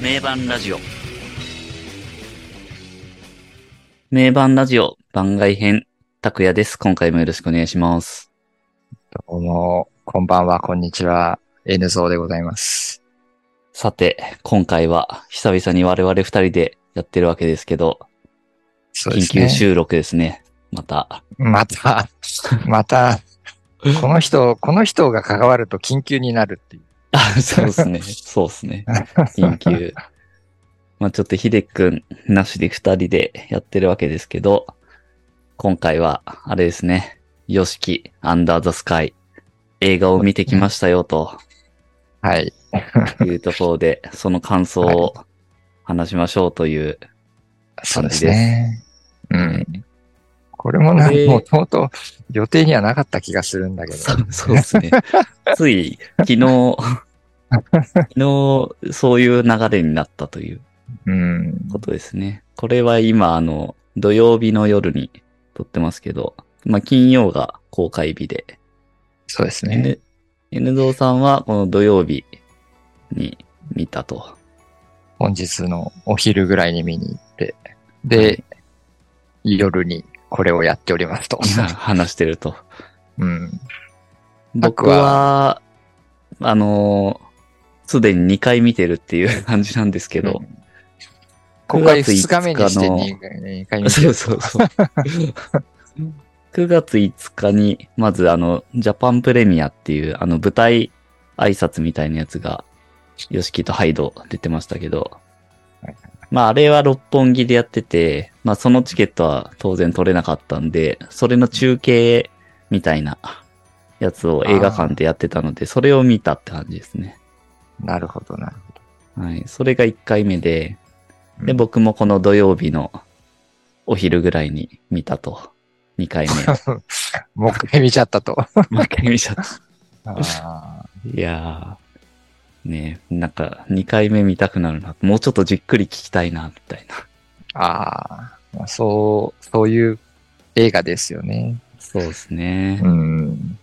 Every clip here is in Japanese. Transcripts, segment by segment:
名盤ラジオ。名盤ラジオ番外編、拓也です。今回もよろしくお願いします。 どうも、こんばんは、こんにちは。N ゾーでございます。 さて、今回は久々に我々二人でやってるわけですけど、 そうで緊すね。 急収録ですね。また、 また、この人が関わると緊急になるっていう。 そうですね。そうですね。緊急。ちょっとヒデくんなしで二人でやってるわけですけど、今回は、あれですね。ヨシキ、アンダーザスカイ、映画を見てきましたよ、とはい。 いうところで、その感想はい。 を話しましょうというそうです感じです。 ね。うはい。 ん。これももこれ、 ともと予定にはなかった気がするんだけど。 そうですね。つい、昨日、そういう流れになったといううん。 ことですね。これは今、土曜日の夜に撮ってますけど、金曜が公開日で、 そうですね。 N、N 堂さんはこの土曜日に見たと。 本日のお昼ぐらいに見に行って、で、 はい。 夜にこれをやっておりますと。 話してると。 うん。タク僕は、 は、あのすでに2回見てるっていう感じなんですけど、 うん、公 9 開月 2日 5 目にして日の、 2回見てそうると。 そうそう。9月5日に、まずジャパンプレミアっていう、舞台挨拶みたいなやつが、ヨシキとハイド出てましたけど、あれは六本木でやってて、そのチケットは当然取れなかったんで、それの中継みたいなやつを映画館あでやってたので、それを見たって感じですね。 あ、なるほど、なるはい。それが1回目で、 ほど。 で、僕もこの土曜日のお昼ぐらいに見たと。2回目。 もう一回見ちゃったと。 もう一回見ちゃった。 あいやー、ねなんか2回目見たくなるな。もうちょっとじっくり聞きたいな、みたいな。 そういう映画ですよね。 そうですうね。 ん。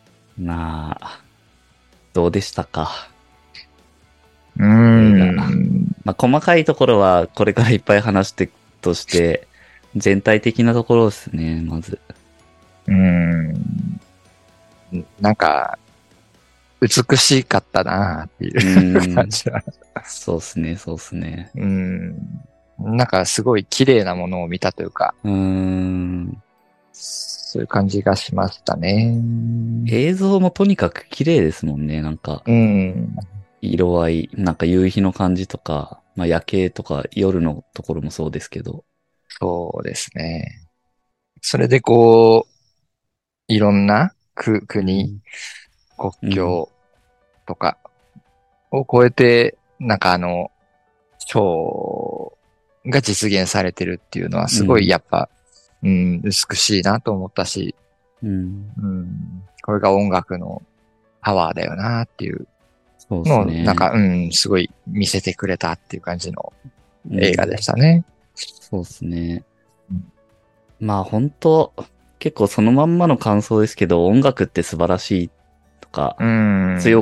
どうでしたか、 う映画。 ん。 細かいところはこれからいっぱい話していくとして、全体的なところですね、まず。 うん。なんか、美しかったなっていうーう感ん。 じは。 そうっすね、そうっすね。 うん。なんかすごい綺麗なものを見たというか、 うーん。 そういう感じがしましたね。 映像もとにかく綺麗ですもんね。なんか、 うん。 色合い、なんか夕日の感じとか、夜景とか夜のところもそうですけど。 そうですね。それでこう、いろんな国、 うん。 国うん。 境とかを超えて、ショーが実現されてるっていうのはすごいうん。 やっぱ、うん、美しいなと思ったし、 うん。 うん、これが音楽のパワーだよなっていうそうですのを、 ね。 うん、すごい見せてくれたっていう感じの映画でうん。 したね。 そうですね。 うん、 本当結構そのまんまの感想ですけど、音楽って素晴らしいとか、 うん、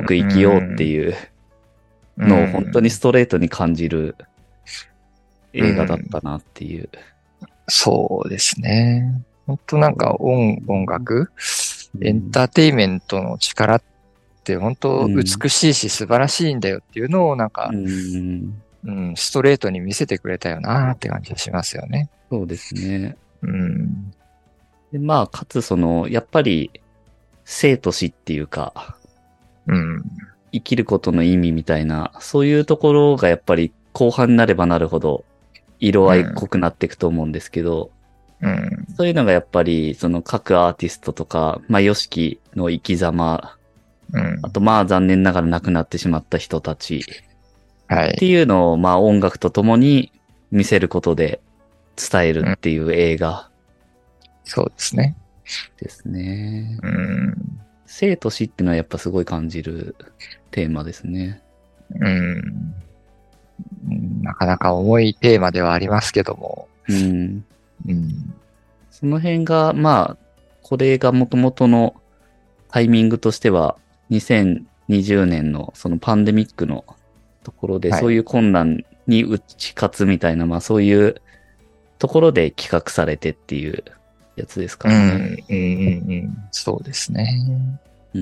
強く生きようっていううのを本当にん、 ストレートに感じるう映画だったん、 なっていう。 そうですね。本当なんか音楽、エンうん。 ターテイメントの力って本当うん。 美しいし素晴らしいんだよっていうのをうん。 うん、ストレートに見せてくれたよなって感じがしますよね。 そうですね。 うん、 で、かつやっぱり生と死っていうか、 うん、 生きることの意味みたいな、そういうところがやっぱり後半になればなるほど色合いうん、 濃くなっていくと思うんですけど、 うん、 そういうのがやっぱりその各アーティストとか、ヨシキの生き様、 うん。 あと残念ながら亡くなってしまった人たちってはい。 いうのを音楽とともに見せることで伝えるうん、 っていう映画そうですね。 ですね。 うん、 生と死っていうのはやっぱすごい感じるテーマですね。 うん、なかなか重いテーマではありますけども、 うん。 うん、 その辺が、これが元々のタイミングとしては、2020年のそのパンデミックのところで、 はいそういう困難に打ち勝つみたいな、まあそういうところで企画されてっていうやつですかうらん、 ね。 うん、うん、うん。そうですね。 うん。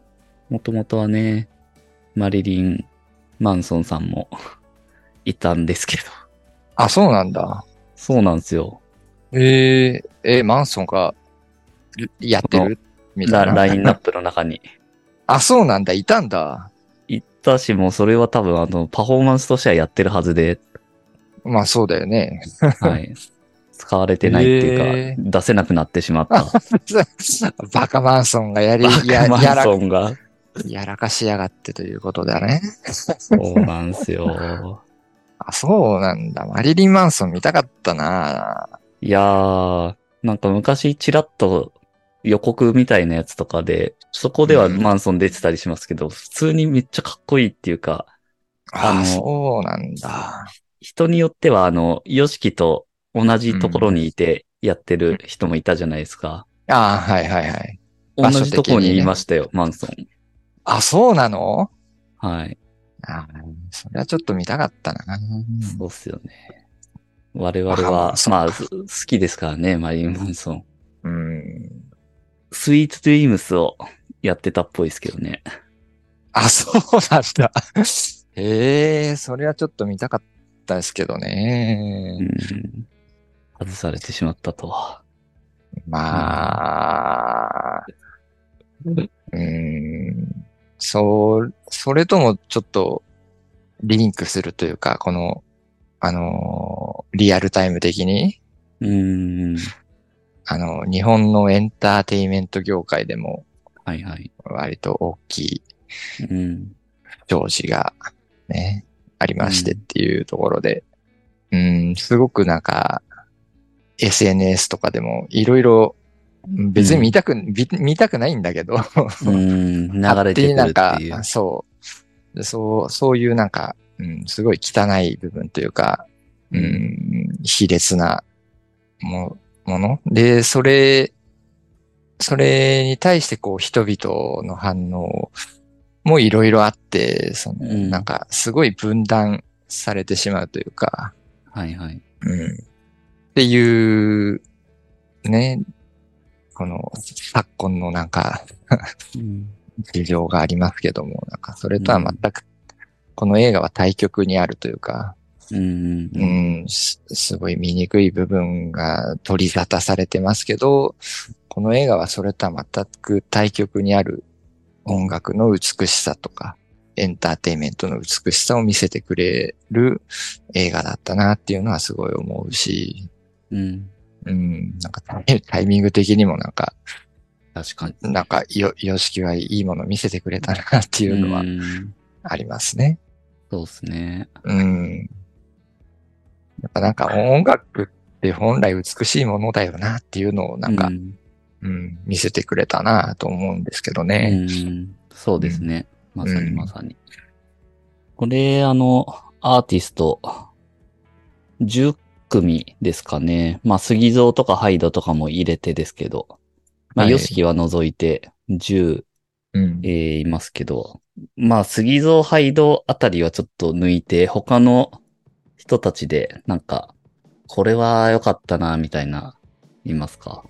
もともとはね、マリリン・マンソンさんもいたんですけど。 あ、そうなんだ。 そうなんですよ。 マンソンがやってこのるみたいな。 ラインナップの中にあ、そうなんだ。いたんだ。 いたし、もうそれは多分パフォーマンスとしてはやってるはずで、 まあそうだよね。 はい。使われてないっていうか、 ええ出せなくなってしまっあた。 バカマンソンがバカマンソンが。 やらかしやがってということだね。 そうなんですよ。 あ、そうなんだ。マリリン・マンソン見たかったな。 いやー、なんか昔ちらっと予告みたいなやつとかで、そこではマンソン出てたりしますけど、普通にめっちゃかっこいいっていうか、 ああ、そうなんだ。 人によってはヨシキと同じところにいてやってる人もいたじゃないですか。 ああ、はいはいはい。 同場所じところにい的にね。 ましたよ、マンソン。 あ、そうなの？ はい。 ああ、それはちょっと見たかったな。 そうっすよね。我々 バカマンは、まあ、 ソンか。 好きですからね、マリリン・マンソン。 うん。 スイーツ・ドリームスをやってたっぽいですけどね。 あ、そうなんだ。へえ、それはちょっと見たかったですけどね。 うん。外されてしまったとは。 まあ、それともちょっとリンクするというか、この、リアルタイム的に、 うん。 日本のエンターテインメント業界でもはいはい。 割と大きいうん。 不祥事がね、ありましてっうん。 ていうところで、すごくなんか、SNS とかでもいろいろ別に見たくないんだけど、 うん。流勝手れてくるってになんか、 いう。 そういうなんか、すごい汚い部分というか、 うん。 卑劣なもので、それに対してこう人々の反応もいろいろあって、なんうん。 かすごい分断されてしまうというか、 はいはい。 っていうね、この昨今のなんかうん。 事情がありますけども、なんかそれとは全うん。 く、この映画は対極にあるというか、 うん。うん。 すごい醜い部分が取り沙汰されてますけど、この映画はそれとは全く対極にある音楽の美しさとか、エンターテインメントの美しさを見せてくれる映画だったなっていうのはすごい思うし、 うん。 なんかタイミング的にも確かに。 様式はいいもの見せてくれたなっていううのはん。 ありますね。 そうですね。 やっぱなんか音楽って本来美しいものだよなっていうのをうん。 見せてくれたなと思うんですけどうね。 ん。そうですね。まさにまうん。 さに。これ、アーティスト、10組ですかね。まあ、杉蔵とかハイドとかも入れてですけど、まあ、 はい。 ヨシキは除いて10、 うん。 いますけど、まあ、杉蔵ハイドあたりはちょっと抜いて、他の人たちで、なんか、これは良かったな、みたいな、いますか？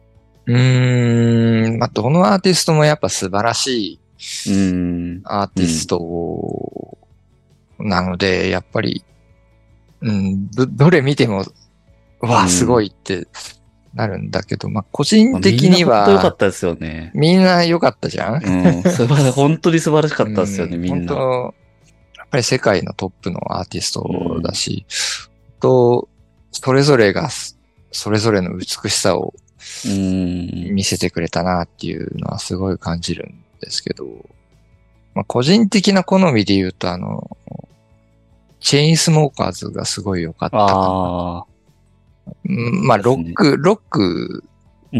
まあ、どのアーティストもやっぱ素晴らしいうーん。 アーティスうん。 トなので、やっぱり、どれ見ても、うわあ、すごうん。 いってなるんだけど、まあ、個人まあ、み的にんな本当良かっは、 たですよね。 みんな良かったじゃん。 うん。本当に素晴らしかったですよね、みんな。 本当やっぱり世界のトップのアーティスうトだん。 し、と、それぞれが、それぞれの美しさをうん。 見せてくれたなっていうのはすごい感じるんですけど、まあ、個人的な好みで言うと、チェインスモーカーズがすごい良かったかな。 ああ、 まあ、 ですね。うん。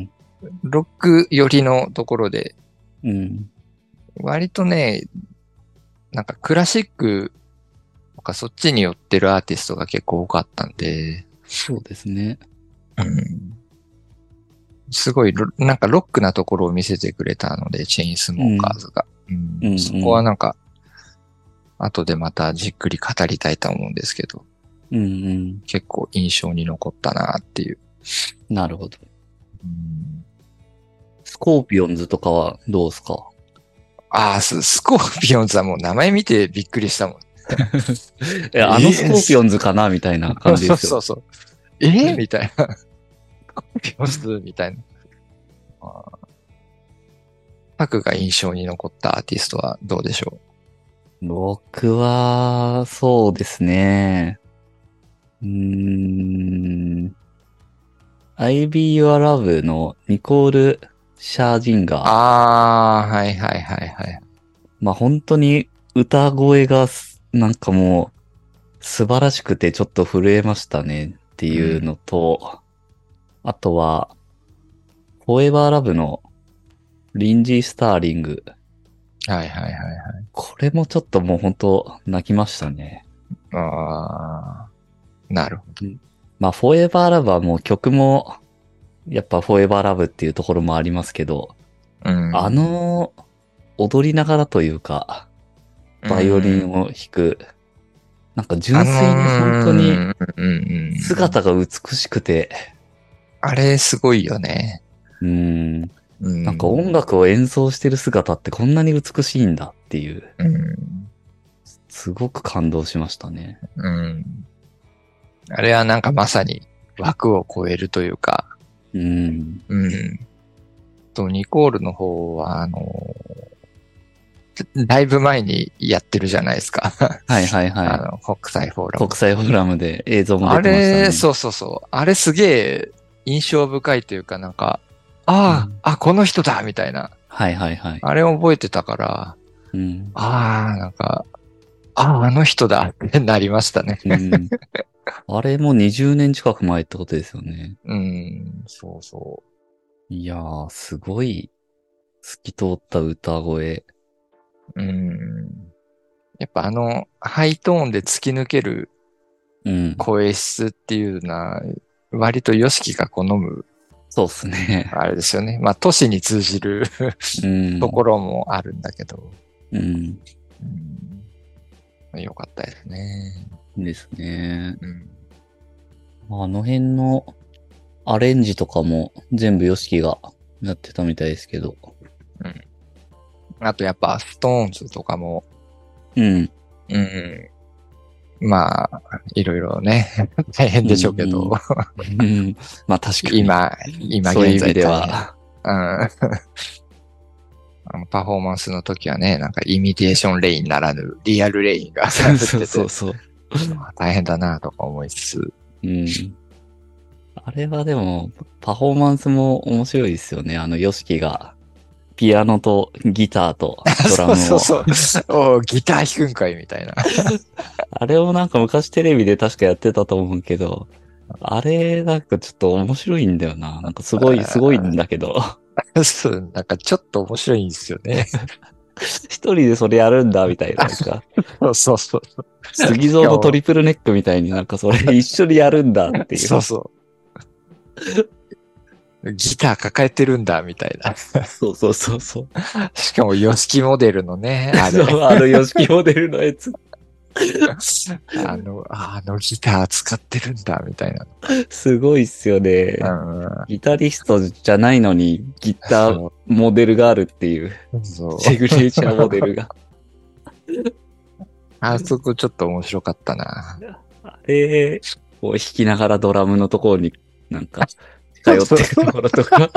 ロック寄りのところで、 うん。 割とね、なんかクラシックとかそっちに寄ってるアーティストが結構多かったんで、 そうですね。 うんすごいなんかロックなところを見せてくれたので、チェインスモーカーうん。 ズが。 うん。 そうん。 こはなんか、 後でまたじっくり語りたいと思うんですけど、 うんうん。 結構印象に残ったなっていう。 なるほど。 うん、 スコーピオンズとかはどうですか？ スコーピオンズはもう名前見てびっくりしたもん。 あのスコーピオンズかなみたいな感じですよ。 そうそう。みたいな。スコーピオンズみたいな。タクが印象に残ったアーティストはどうでしょ僕は、そうですね。うーん。I Be Your Love のニコール・シャージンガー。 はいはいはいはい。 まあ本当に歌声がなんかもう素晴らしくてちょっと震えましたねっていうのと、あとは、フォーエバーラブのリンジー・スターリング。 はいはいはいはい。 これもちょっともう本当泣きましたね。 ああ、なるほど。 まあ、フォーエバーラブはもう曲も、やっぱフォーエバーラブっていうところもありますけど、あの、踊りながらというか、バイオリンを弾く、なんか純粋に本当に姿が美しくて、 あれすごいよね。 なんか音楽を演奏してる姿ってこんなに美しいんだっていう、すごく感動しましたね。 あれはなんかまさに枠を超えるというか、ニコールの方は、だいぶ前にやってるじゃないですか。 はいはいはい。国際フォーラム。 国際フォーラムで映像も出てましたね。 あれ、そうそうそう。あれすげえ印象深いというかなんか、この人だみたいな。 はいはいはい。 あれを覚えてたから、なんか、あの人だってなりましたね。 あれも20年近く前ってことですよね。 そうそう。 いやー、すごい透き通った歌声。 やっぱハイトーンで突き抜ける声質っていうのは、割とヨシキが好む。 そうっすね。 あれですよね。まあ、都市に通じるところもあるんだけど。よかったですね。 ですね。あの辺のアレンジとかも全部ヨシキがやってたみたいですけど。 あとやっぱストーンズとかも。まあ、いろいろね、大変でしょうけど。 まあ確かに。 今そういう意味では。 パフォーマンスの時はね、なんかイミテーションレインならぬリアルレインがそう。 大変だなとか思いつつ。 あれはでも、パフォーマンスも面白いですよね。ヨシキが、ピアノとギターとドラムを。 そう。ギター弾くんかいみたいな。 あれをなんか昔テレビで確かやってたと思うけど、あれなんかちょっと面白いんだよな。なんかすごいんだけど。 そう、なんかちょっと面白いんですよね。 一人でそれやるんだみたいな。 そう。 杉蔵のトリプルネックみたいになんかそれ一緒にやるんだっていう。 そう。ギター抱えてるんだみたいな。 そう。 しかもヨシキモデルのね、 あれ。ヨシキモデルのやつ。 ギター使ってるんだみたいな。 すごいっすよね。ギタリストじゃないのにギターモデルがあるっていう。シグネチャーモデルが。 あそこちょっと面白かったな。 あれ、こう弾きながらドラムのところになんか近寄ってるところとか。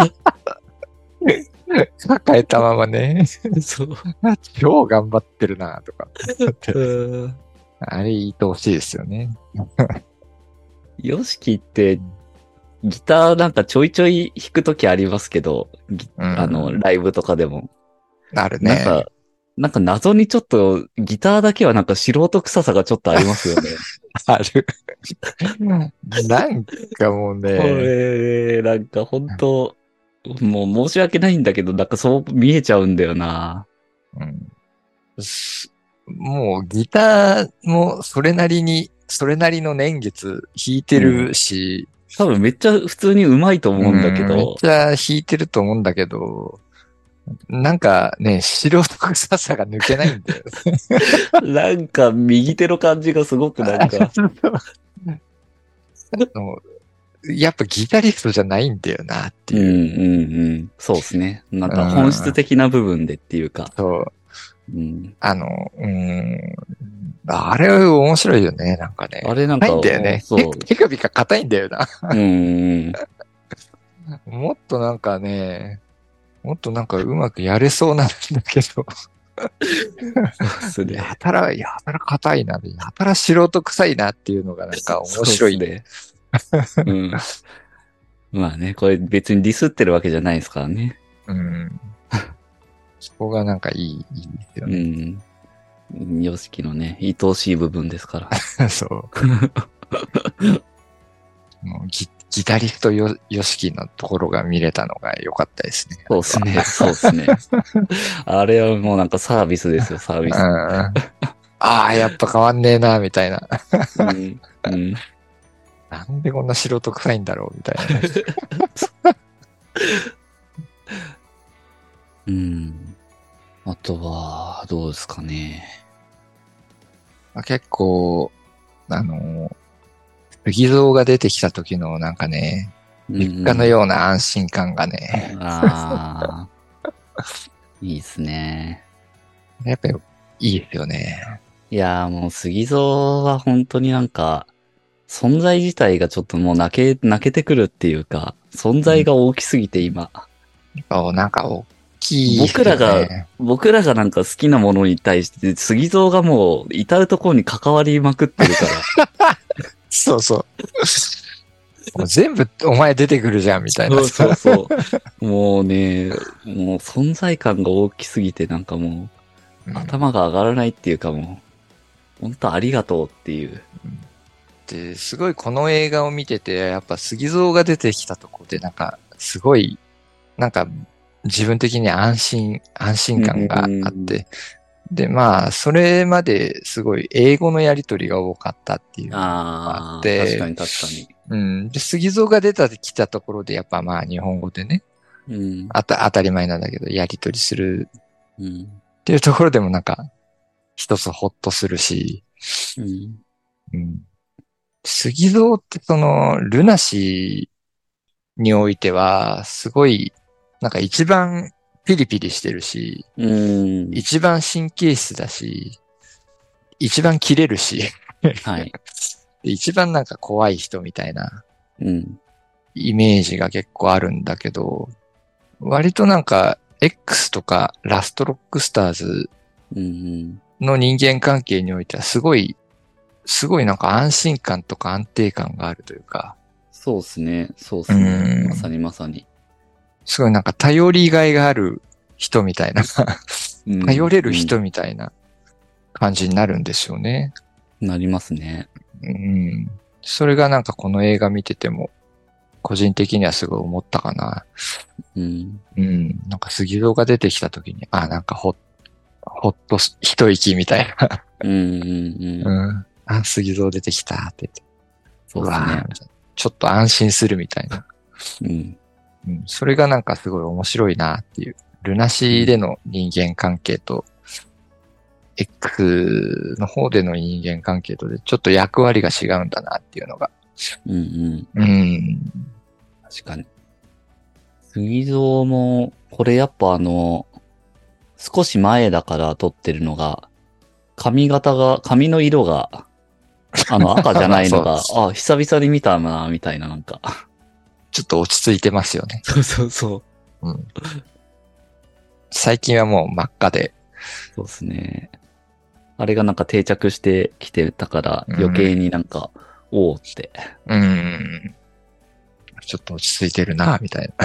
抱えたままね。 そう。 超頑張ってるなとか。あれ、愛おしいですよね。 ヨシキって、ギターなんかちょいちょい弾くときありますけど、ライブとかでも。 あるね。 なんか謎にちょっと、ギターだけはなんか素人臭さがちょっとありますよね。 ある。なんかもうね。 これ、なんか本当もう申し訳ないんだけど、なんかそう見えちゃうんだよな。 もうギターもそれなりの年月弾いてるし、 多分めっちゃ普通に上手いと思うんだけど。 めっちゃ弾いてると思うんだけど、 なんかね、素人臭さが抜けないんだよ。 なんか右手の感じがすごくなんか、 やっぱギタリストじゃないんだよなっていう。 そうですね。なんか本質的な部分でっていうか。 そう。 うん、 あれ面白いよね、なんかね。 あれなんか、 硬いんだよね。 そう。 手首が硬いんだよな。 うんもっとなんかね、もっとなんかうまくやれそうなんだけど。 そうね。 やたら硬いな、やたら素人臭いなっていうのがなんか面白い。 ね。うん。まあね、これ別にディスってるわけじゃないですからね。 うん。そこがなんかいいですよね。 うん。ヨシキのね、愛おしい部分ですから。 そう。もうギタリストヨシキのところが見れたのが良かったですね。 そうですね、そうですね。あれはもうなんかサービスですよ、サービス。 ああ、やっぱ変わんねえな、みたいな。 うん。 なんでこんな素人臭いんだろう、みたいな。 うん。あとは、どうですかね。 結構、杉蔵が出てきた時のなんかね、実家のような安心感がね。 ああ。いいですね。 やっぱりいいですよね。 いやーもう杉蔵は本当になんか、存在自体がちょっともう泣けてくるっていうか、存在が大きすぎて今。 なんか大きいですよね。 僕らがなんか好きなものに対して、杉蔵がもう至るところに関わりまくってるから。 そうそう。もう全部お前出てくるじゃんみたいな。 そう。もうね、もう存在感が大きすぎてなんかもう、頭が上がらないっていうかもう、本当ありがとうっていう。 で、すごいこの映画を見てて、やっぱ杉蔵が出てきたとこでなんか、すごい、なんか自分的に安心感があって、で、まあ、それまですごい英語のやりとりが多かったっていうのがあって、 確かに。 うん。で、杉蔵がきたところでやっぱまあ日本語でね、当たり前なんだけど、やりとりするっていうところでもなんか、一つほっとするし、杉蔵ってその、ルナシーにおいては、すごい、なんか一番ピリピリしてるし、一番神経質だし、一番切れるし、 はい。 一番なんか怖い人みたいな、イメージが結構あるんだけど、割となんか、X とかラストロックスターズの人間関係においてはすごいなんか安心感とか安定感があるというか。 そうですね。まさに。 すごいなんか頼りがいがある人みたいな。頼れる人みたいな感じになるんですよね。 なりますね。 それがなんかこの映画見てても、個人的にはすごい思ったかな。なんか杉蔵が出てきた時に、なんかほっと一息みたいな。杉蔵出てきたって言って。 そうですね。 ちょっと安心するみたいな。それがなんかすごい面白いなっていう。ルナシーでの人間関係と、X の方での人間関係とで、ちょっと役割が違うんだなっていうのが。 確かに。杉蔵も、これやっぱ少し前だから撮ってるのが、髪の色が、赤じゃないのが、久々に見たな、みたいななんか。 ちょっと落ち着いてますよね。 そう。 最近はもう真っ赤で。 そうですね。あれがなんか定着してきてたから余計になんか、おーって。 ちょっと落ち着いてるな、みたいな。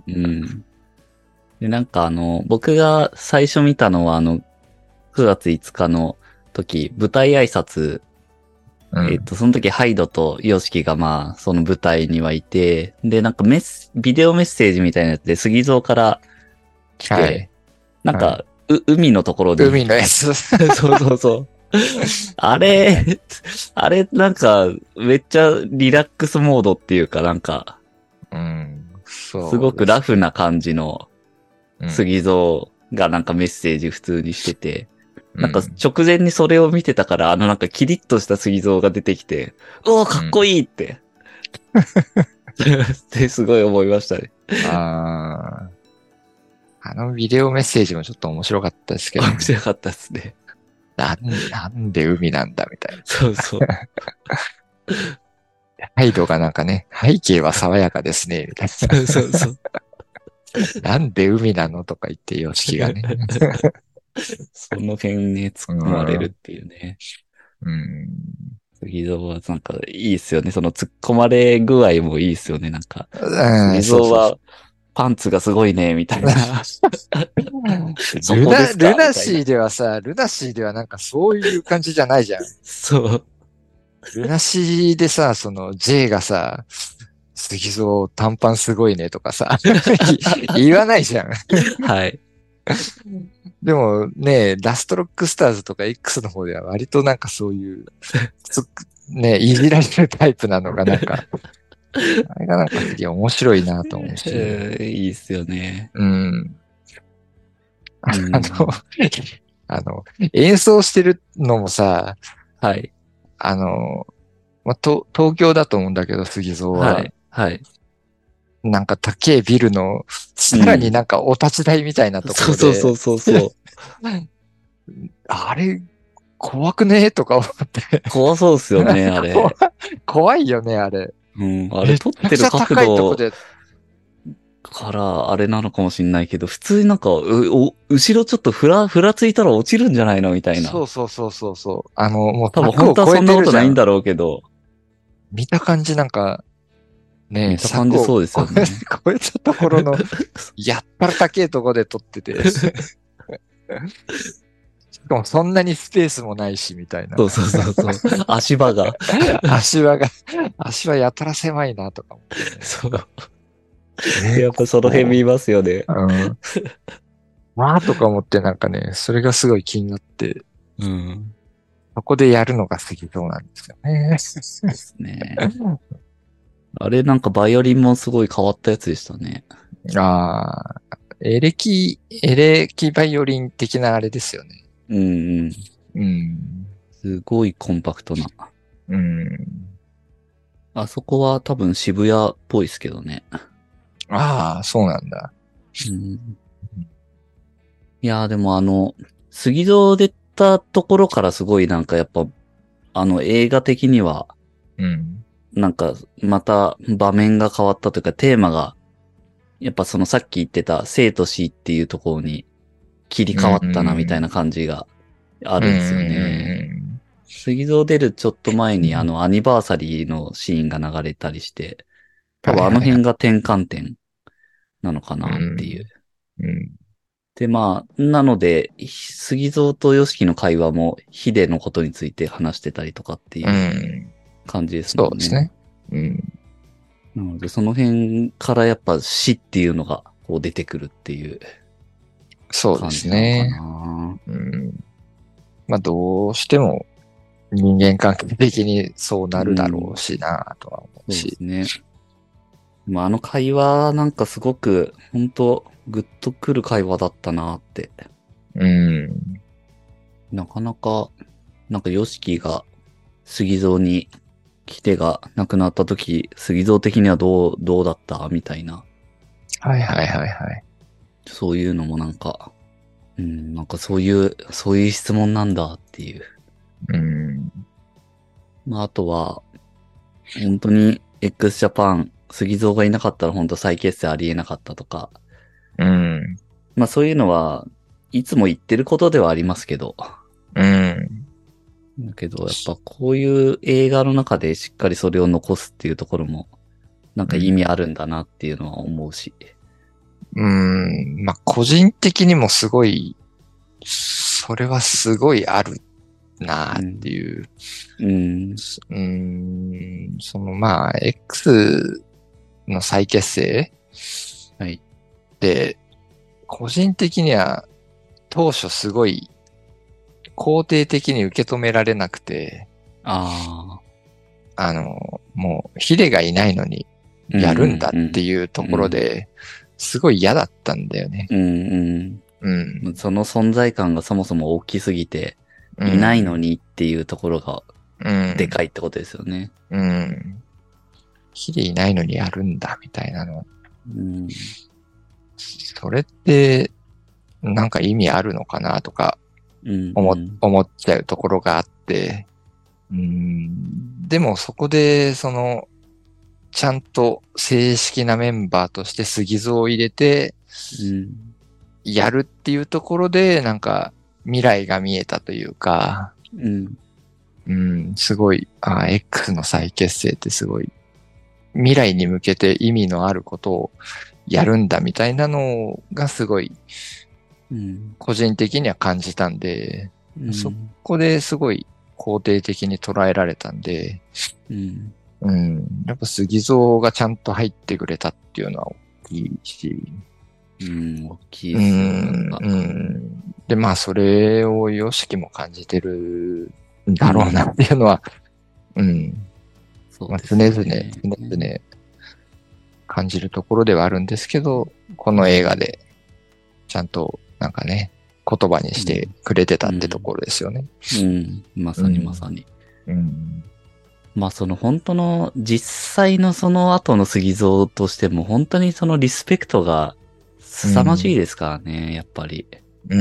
で、なんか僕が最初見たのは9月5日の時、舞台挨拶、その時ハイドとヨシキがまあ、その舞台にはいて、で、なんかビデオメッセージみたいなやつで杉蔵から来て、なんか、海のところで。 海のやつ。 そう。あれ、なんか、めっちゃリラックスモードっていうか、なんか、すごくラフな感じの、 杉蔵がなんかメッセージ普通にしてて、 うん、 なんか直前にそれを見てたから、なんかキリッとした杉蔵が出てきて、おーかっこいいって。ってすごい思いましたね。 あのビデオメッセージもちょっと面白かったですけど、 面白かったですね。 なんで海なんだみたいな。 そうそう。 態度がなんかね、背景は爽やかですね、みたいな。 そうそう。 なんで海なのとか言って、ヨシキがね。 その辺ね、突っ込まれるっていうね。杉蔵はなんかいいっすよね。その突っ込まれ具合もいいっすよね。なんか、杉蔵はパンツがすごいね、みたいな。 ルナシーではさ、ルナシーではなんかそういう感じじゃないじゃん。 そう。 ルナシーでさ、その J がさ、杉蔵短パンすごいねとかさ、言わないじゃん。 はい。 でもね、ラストロックスターズとか X の方では割となんかそういう、ね、いじられるタイプなのがなんか、あれがなんかすげえ面白いなと思うし。 いいっすよね。 演奏してるのもさ、 はい。 東京だと思うんだけど、杉蔵は。 はい。はい。 なんか高いビルの、さらになんかお立ち台みたいなところで。 そう。 あれ、怖くねとか思って。 怖そうっすよね、あれ。 怖いよね、あれ。 あれ撮ってる角高いとこで。 からあれなのかもしんないけど、普通になんか、後ろちょっとふらついたら落ちるんじゃないのみたいな。 そう。もう多分本当はそんなことないんだろうけど。 見た感じなんか、ね見た感じそうですよね。 超えたところの、やったら高いとこで撮ってて。しかもそんなにスペースもないし、みたいな。 そう。足場が。 足場やたら狭いな、とか思って、ね。 そう。やっぱその辺見ますよね。 わーとか思ってなんかね、それがすごい気になって、そこでやるのが杉蔵なんですよね。 そうですね。あれなんかバイオリンもすごい変わったやつでしたね。 エレキバイオリン的なあれですよね。 すごいコンパクトな。あそこは多分渋谷っぽいですけどね。 そうなんだ。 いやーでも杉蔵出たところからすごいなんかやっぱ、映画的には、なんかまた場面が変わったというかテーマが、やっぱそのさっき言ってた生と死っていうところに切り替わったなみたいな感じがあるんですよね。杉蔵出るちょっと前にアニバーサリーのシーンが流れたりして、多分あの辺が転換点なのかなっていう。で、まあ、なので、杉蔵とヨシキの会話もヒデのことについて話してたりとかっていう感じですもんね。 そうですね。 なので、その辺からやっぱ死っていうのがこう出てくるっていう感じなのかな。 まあ、どうしても人間関係的にそうなるだろうしなとは思うし。 そうですね。まあ、あの会話なんかすごく本当グッとくる会話だったなって。なかなか、なんかヨシキが杉蔵に来てが亡くなった時、杉蔵的にはどうだったみたいな。そういうのもなんか、なんかそういう質問なんだっていう。まあ、あとは、本当に x ジャパン、杉蔵がいなかったら本当再結成ありえなかったとか。まあそういうのはいつも言ってることではありますけど。だけど、やっぱこういう映画の中でしっかりそれを残すっていうところも、なんか意味あるんだなっていうのは思うし。 まあ、個人的にもすごい、それはすごいあるなっていう。そのまあ、X の再結成で、個人的には当初すごい肯定的に受け止められなくて、もうヒデがいないのにやるんだっていうところで、 すごい嫌だったんだよね。 うんうん。 その存在感がそもそも大きすぎて、いないのにっていうところがでかいってことですよね。 うん。ヒデいないのにやるんだ、みたいなの。それって、なんか意味あるのかなとか思っちゃうところがあって、でもそこで、ちゃんと正式なメンバーとして杉蔵を入れて、やるっていうところで、なんか未来が見えたというか、すごい、X の再結成ってすごい、未来に向けて意味のあることをやるんだみたいなのがすごい、個人的には感じたんで、そこですごい肯定的に捉えられたんで、やっぱ杉蔵がちゃんと入ってくれたっていうのは大きいし、 大きいですよ。 で、まあ、それをヨシキも感じてるんだろうなっていうのは、まあ、常々感じるところではあるんですけど、この映画でちゃんとなんかね、言葉にしてくれてたってところですよね。 まさにまさに。まあその本当の実際のその後の杉蔵としても本当にそのリスペクトが凄まじいですからね、やっぱり。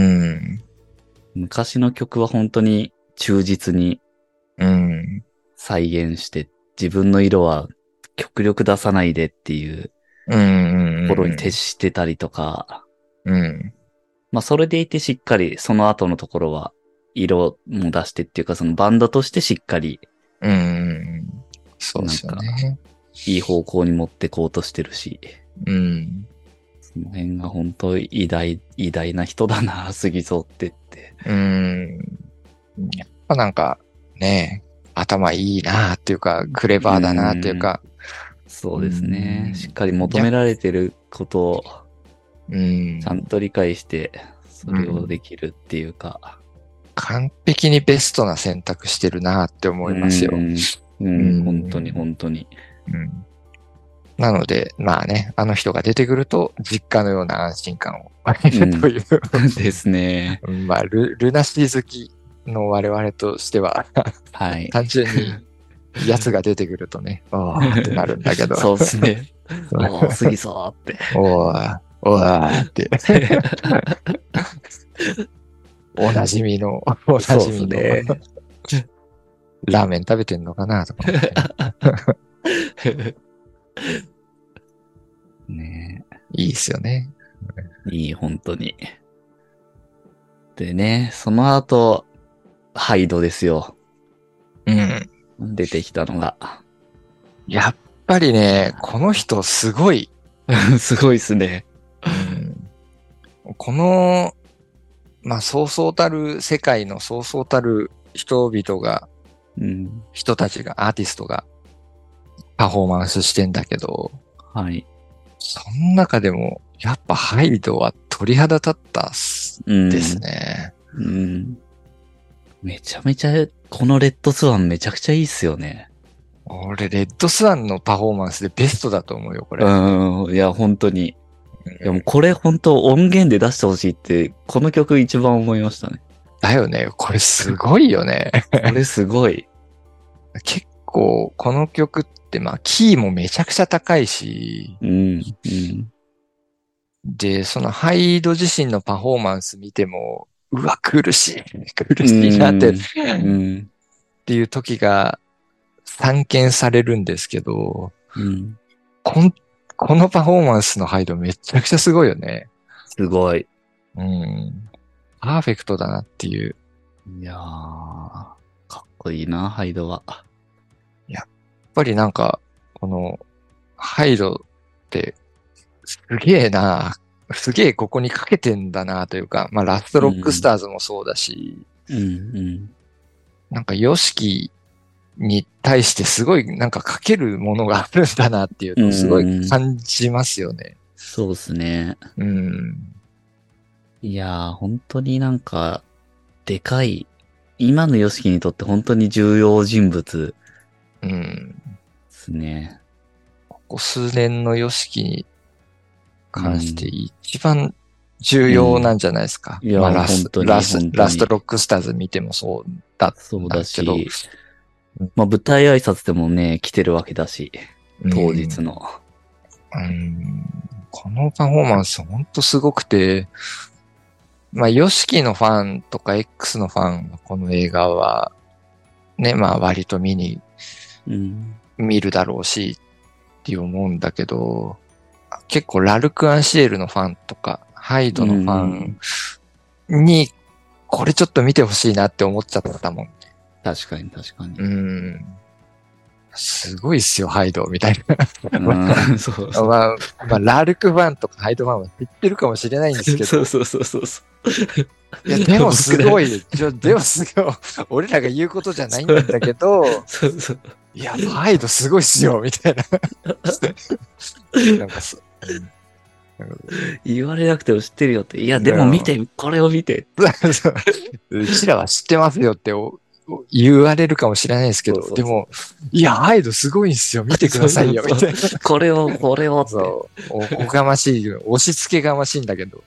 昔の曲は本当に忠実に再現して、自分の色は極力出さないでっていうところに徹してたりとか、まあそれでいてしっかりその後のところは色も出してっていうかそのバンドとしてしっかり、 そうですよね。 いい方向に持ってこうとしてるし、その辺が本当偉大な人だな、杉蔵ってって。 やっぱなんかね、頭いいなっていうか、クレバーだなっていうか。 そうですね。しっかり求められてることを、ちゃんと理解して、それをできるっていうか。 完璧にベストな選択してるなって思いますよ。 本当に本当に。 なので、まあね、あの人が出てくると、実家のような安心感を得るという、 ですね。 まあルナシー好きの我々としては、単純に、やつが出てくるとね、おーってなるんだけど。 そうですね。おー、杉蔵って。 おーって。おなじみの。 ね。 ラーメン食べてんのかなとか思って。 ねえ。 いいっすよね。 いい、本当に。でね、その後、ハイドですよ。出てきたのが。 やっぱりね、この人すごい。 すごいっすね。 この、まあ、そうそうたる、世界のそうそうたる人々が、人たちが、アーティストがパフォーマンスしてんだけど、その中でも、やっぱハイドは鳥肌立ったですね。 めちゃめちゃ、このレッドスワンめちゃくちゃいいっすよね。 俺、レッドスワンのパフォーマンスでベストだと思うよ、これ。 いや、本当に。でもこれ本当音源で出してほしいって、この曲一番思いましたね。 だよね。これすごいよね。 これすごい。 結構、この曲って、まあ、キーもめちゃくちゃ高いし、で、そのハイド自身のパフォーマンス見ても、うわ、苦しいなって、っていう時が散見されるんですけど、このパフォーマンスのハイドめちゃくちゃすごいよね。 すごい。 パーフェクトだなっていう。 いやー、かっこいいな、ハイドは。 やっぱりなんか、この、ハイドって、すげえな、すげえここにかけてんだなというか、まあラストロックスターズもそうだし、なんかヨシキに対してすごいなんかかけるものがあるんだなっていうのをすごい感じますよね。 そうですね。いやー、本当になんか、でかい、今のヨシキにとって本当に重要人物。ですね。 ここ数年のヨシキ関して一番重要なんじゃないですか。 いや、 まあ、 本当に、 ラ本当に。 ストロックスターズ見てもそうだったそうんだけど、 だし、まあ舞台挨拶でもね、来てるわけだし、当日の。 このパフォーマンスほんとすごくて、まあ、ヨシキのファンとか X のファンはこの映画は、ね、まあ割と見るだろうしって思うんだけど、結構ラルク・アンシエルのファンとか、ハイドのファンに、これちょっと見てほしいなって思っちゃったもん。 確かに確かに。 すごいっすよ、ハイド、みたいな。そうそう。 まあ、ラルクファンとかハイドファンは言ってるかもしれないんですけど。 そう。 いや、でもすごい。でもすごい。俺らが言うことじゃないんだけど。 そう。 いや、ハイドすごいっすよ、みたいな。なんか言われなくても知ってるよって。いや、でも見て、これを見て。 うちらは知ってますよって言われるかもしれないですけど、でも、いや、ハイドすごいんすよ、見てくださいよ、みたいな。 これをって。 そう。おこがましい、押し付けがましいんだけど。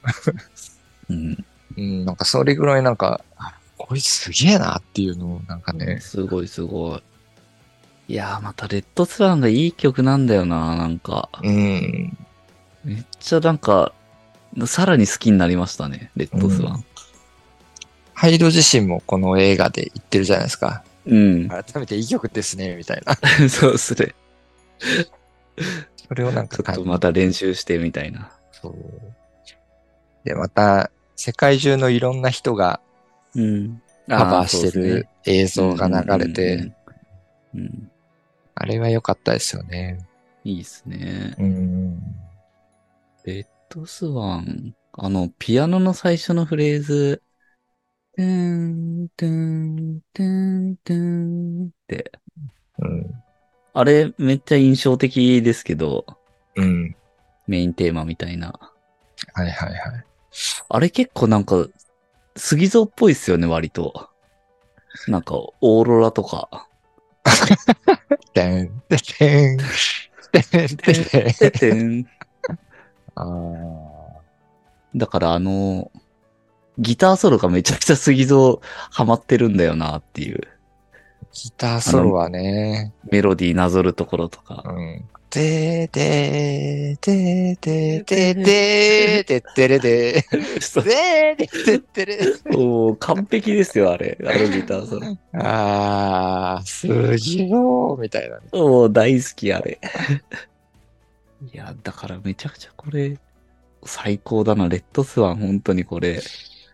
なんかそれぐらいなんか、こいつすげえなっていうのをなんかね。 すごい。いやー、またレッドスワンがいい曲なんだよな、なんか。めっちゃなんか、さらに好きになりましたね、レッドスワン。 ハイド自身もこの映画で言ってるじゃないですか。 改めていい曲ですね、みたいな。 そうっすね。 それをなんかちょっとまた練習してみたいな。 そう。で、また、世界中のいろんな人が、カバーしてる映像が流れて、あれは良かったですよね。 いいっすね。レッドスワン、ピアノの最初のフレーズ、トゥン、トゥン、トゥン、トゥンって。あれ、めっちゃ印象的ですけど、メインテーマみたいな。 はい。 あれ結構なんか、杉蔵っぽいっすよね、割と。なんか、オーロラとか。 てん、てん、てん、てん。 だからギターソロがめちゃくちゃ杉蔵ハマってるんだよなっていう。 ギターソロはね。 メロディーなぞるところとか。 てーてーてーてーてーてーてってれでー。てーてってれ。 おー、完璧ですよ、あのギターソロ。 すげーみたいな。 おー、大好き、あれ。いや、だからめちゃくちゃこれ、最高だな。レッドスワン、本当にこれ。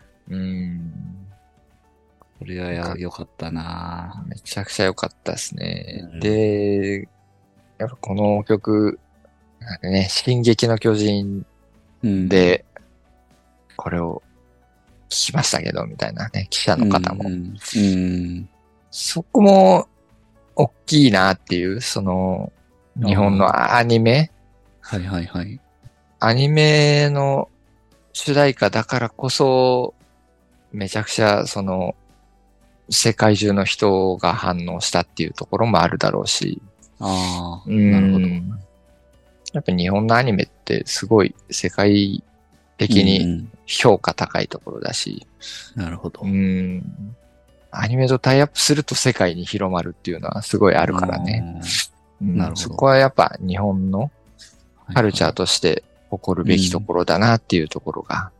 これは良かったな。 めちゃくちゃ良かったですね。で、やっぱこの曲、なんかね、進撃の巨人で、これを聞きましたけど、みたいなね、記者の方も。そこも、大きいなっていう、その、日本のアニメ。 はい。 アニメの主題歌だからこそ、めちゃくちゃ、その、世界中の人が反応したっていうところもあるだろうし。 なるほど。 やっぱ日本のアニメってすごい世界的に評価高いところだし。 なるほど。 アニメとタイアップすると世界に広まるっていうのはすごいあるからね。なるほど。そこはやっぱ日本のカルチャーとして誇るべきところだなっていうところが、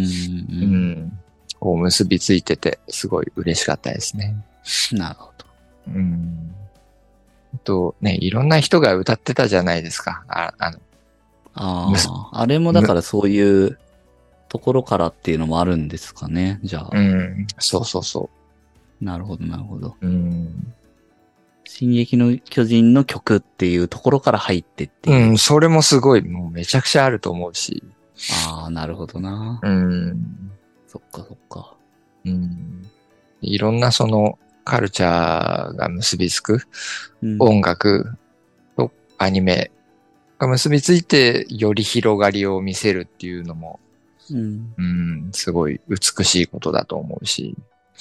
こう結びついててすごい嬉しかったですね。 なるほど。 いろんな人が歌ってたじゃないですか。 あれもだからそういうところからっていうのもあるんですかね、じゃあ。 そう。 なるほど。進撃の巨人の曲っていうところから入ってっていう。 それもすごい、もうめちゃくちゃあると思うし。 なるほどな。そっか。 いろんなそのカルチャーが結びつく、音楽とアニメが結びついてより広がりを見せるっていうのも、すごい美しいことだと思うし、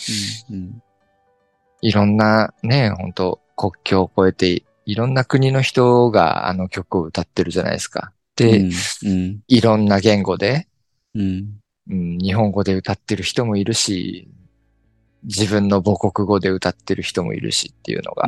いろんなね、本当国境を越えていろんな国の人があの曲を歌ってるじゃないですか。 て、 うん。 いろんな言語で、 うん。 日本語で歌ってる人もいるし、自分の母国語で歌ってる人もいるしっていうのが、 うん。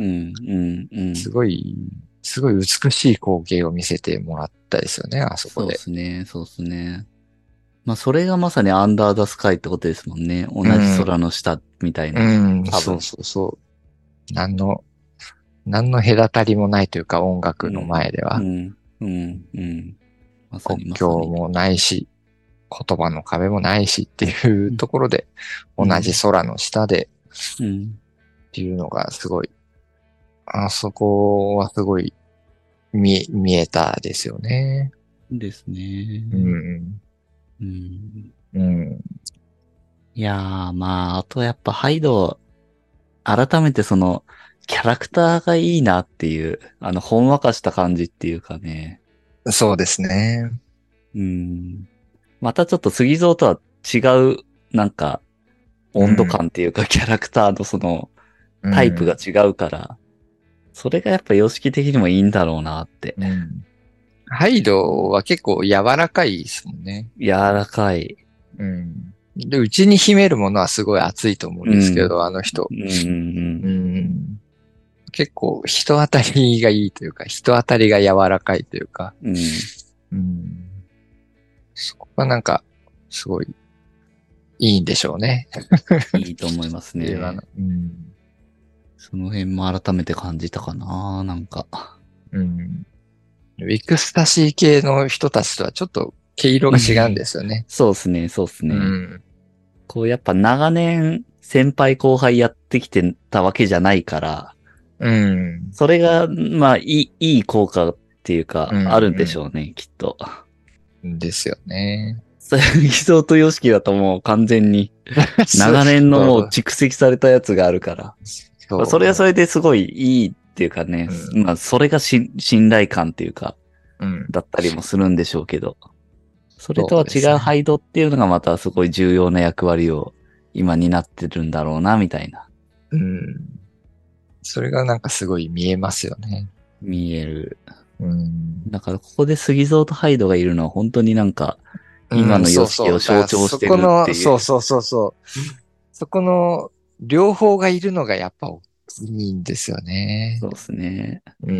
うん。 すごい、すごい美しい光景を見せてもらったですよね、あそこそうでで。 すね。そうですね。まあ、それがまさにアンダーダスカイってことですもんね。同じうん、 空の下みたいな。 うん、そう多分。 そうそう。何の隔たりもないというか、音楽のうん。 前では。 うん。うん。うん。まさ国にまさに。 境もないし、言葉の壁もないしっていううん。 ところで、同じ空の下でうん。 っていうのがすごい、あそこはすごい見えたですよね。 ですうね。 ん、 うん。 うん、 いやー、まあ、あとやっぱハイド、改めてその、キャラクターがいいなっていう、ほんわかした感じっていうかね。 そうですね。 うん。またちょっと杉蔵とは違う、なんか、温度うん、 感っていうか、キャラクターのその、 うタイプがん、 違うから、それがやっぱ様式的にもいいんだろうなって。 うん。ハイドは結構柔らかいですもんね。 柔らかい。 うん。で、うちに秘めるものはすごい熱いと思うんうん。 ですけど、あの人。 うん。 うん。結構人当たりがいいというか、人当たりが柔らかいというか、 うん。うん。 うん。そこがなんか、すごいいいんでしょうね。 いいと思いますね。 映画の。うん。 その辺も改めて感じたかな、なんか。 うん。エクスタシー系の人たちとはちょっと毛色が違うんですよね。 そうですね、そうですうね。 ん。 こうやっぱ長年先輩後輩やってきてたわけじゃないから、 うん。 それが、まあ、いい効果っていううか、あるんでしん。 ょうね、きっと。 うん。ですよね。 それ、偽装と様式だともう完全にそう長年のもうそう。 蓄積されたやつがあるから。まあ、それはそそれですごいいいっていうかね、 う。うん。 まあ、それが信頼感っていうか、 うん。 だったりもするんでしょうけど、それとそうは違ですね。 うハイドっていうのがまたすごい重要な役割を今担ってるんだろうな、みたいな。 うん。それがなんかすごい見えますよね。 見える。 うん。 だからここで杉蔵とハイドがいるのは本当になんか、今うん、 のヨシキをそうそう。だから象徴してそこの、 るっていう。 そうそうそうそう。そこの両方がいるのがやっぱ大きいんですよね。 そうですね。 うん。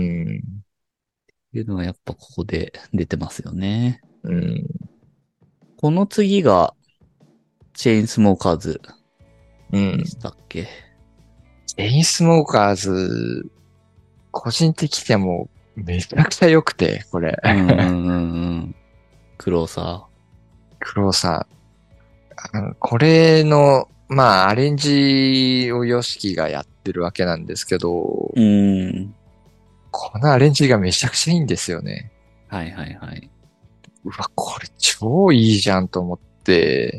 いうのがやっぱここで出てますよね。 うん。 この次が、チェインスモーカーズうん。 でしたっけ？ チェインスモーカーズ、個人的にはもうめちゃくちゃ良くて、これ。 うんうんうんうん。クローサクローサー。これの、まあ、アレンジをヨシキがやってるわけなんですけど、 ー。うん。 このアレンジがめちゃくちゃいいんですよね。 はいはいはい。 うわ、これ超いいじゃんと思って、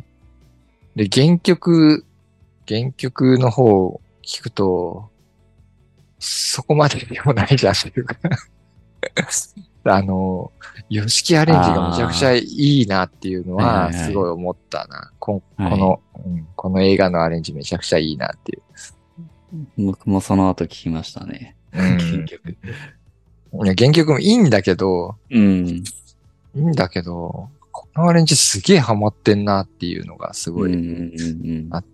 で、原曲の方を聞くと、そこまででもないじゃんというかあの、ヨシキアレンジがめちゃくちゃあいいなっていうのあ。はいはは、 いはい。 すごい思ったな。 はい。 この映画のアレンジめちゃくちゃいいなっていう。 僕もその後聞きましたね。 う結ん。 局。 いや原曲もいいんだけど、 うん。 このアレンジすげえハマってんなっていうのがすうんうごいんあって、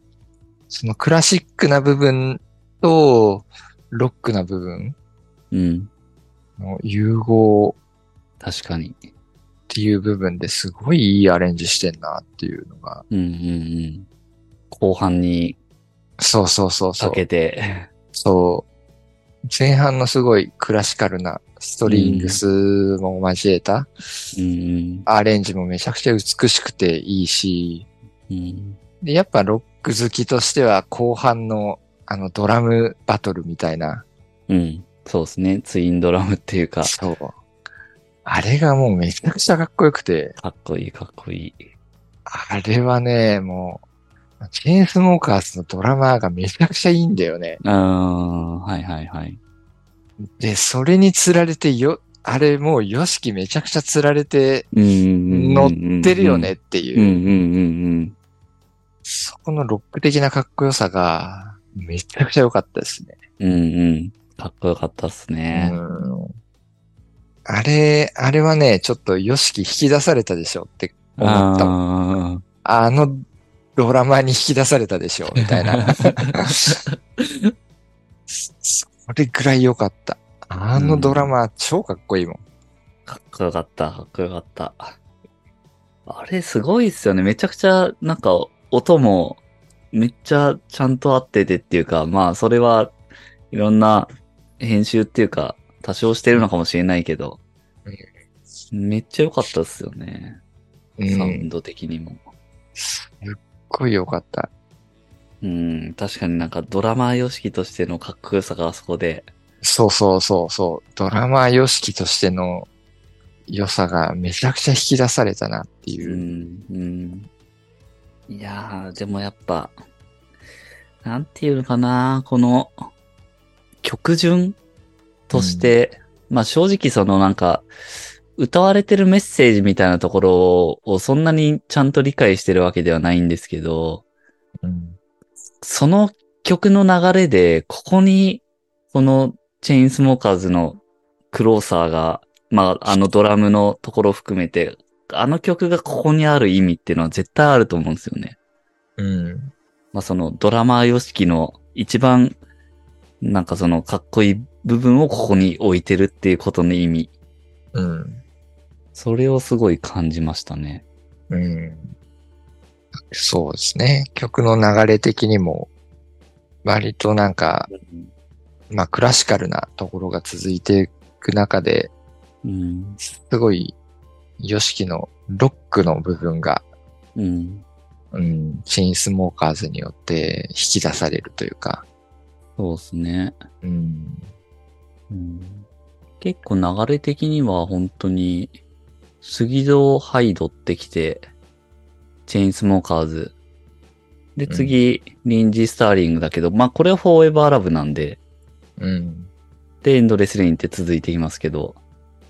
そのクラシックな部分と、ロックな部分うんうん。うん。 の融合確かに。 っていう部分ですごいいいアレンジしてんなっていうのが。 うんうんうん。後半にそうそうそうかけそう。 て。 そう。前半のすごいクラシカルなストうリングん。 スも交えたうんアレンジもめちゃくちゃ美しくていいし、 うん。うん。 で、やっぱロック好きとしては後半のドラムバトルみたいな、 うん。そうですね。ツインドラムっていうか、 そう。あれがもうめちゃくちゃかっこよくて、 かっこいいかっこいい。 あれはね、もう、チェーンスモーカーズのドラマーがめちゃくちゃいいんだよね。 ああ、はいはいはい。 で、それに釣られてあれもうヨシキめちゃくちゃ釣られてうんうん乗っうんうんうん。 てるよねってうんういう、 んうんそこのロック的なかっこよさがめちゃくちゃ良かったですね。 うん。うんうん。かっこよかったっすうね。 ん。 あれはね、ちょっとヨシキ引き出されたでしょって思ったもん。あのドラマに引き出されたでしょみたいな。それぐらい良かった。あのドラマ超かっこいいもん。 かっこよかった、かっこよかった。あれすごいっすよね。めちゃくちゃ、なんか、音も、めっちゃちゃんと合っててっていうか、まあ、それはいろんな編集っていうか、多少してるのかもしれないけど、めっちゃ良かったっすよね。サウンド的にも。 すっごい良かった。 確かになんかドラマーヨシキとしてのかっこよさがあそこで。 そうそうそうそう。ドラマーヨシキとしての良さがめちゃくちゃ引き出されたなっていう。 いやー、でもやっぱ、なんていうのかな、この、曲順として、まあ正直そのなんか、歌われてるメッセージみたいなところをそんなにちゃんと理解してるわけではないんですけど、その曲の流れで、ここに、このチェインスモーカーズのクローサーが、まあ、あのドラムのところを含めて、あの曲がここにある意味っていうのは絶対あると思うんですよね。まあ、そのドラマーヨシキの一番、なんかそのかっこいい部分をここに置いてるっていうことの意味。それをすごい感じましたね。 そうですね。曲の流れ的にも、割となんか、まあクラシカルなところが続いていく中で、すごい、ヨシキのロックの部分が、チェインスモーカーズによって引き出されるというか。 そうですね。結構流れ的には本当に、杉戸ハイドってきて、チェインスモーカーズ。で、次、リンジー・スターリングだけど、まあこれはフォーエバーラブなんで、で、エンドレスレインって続いていきますけど、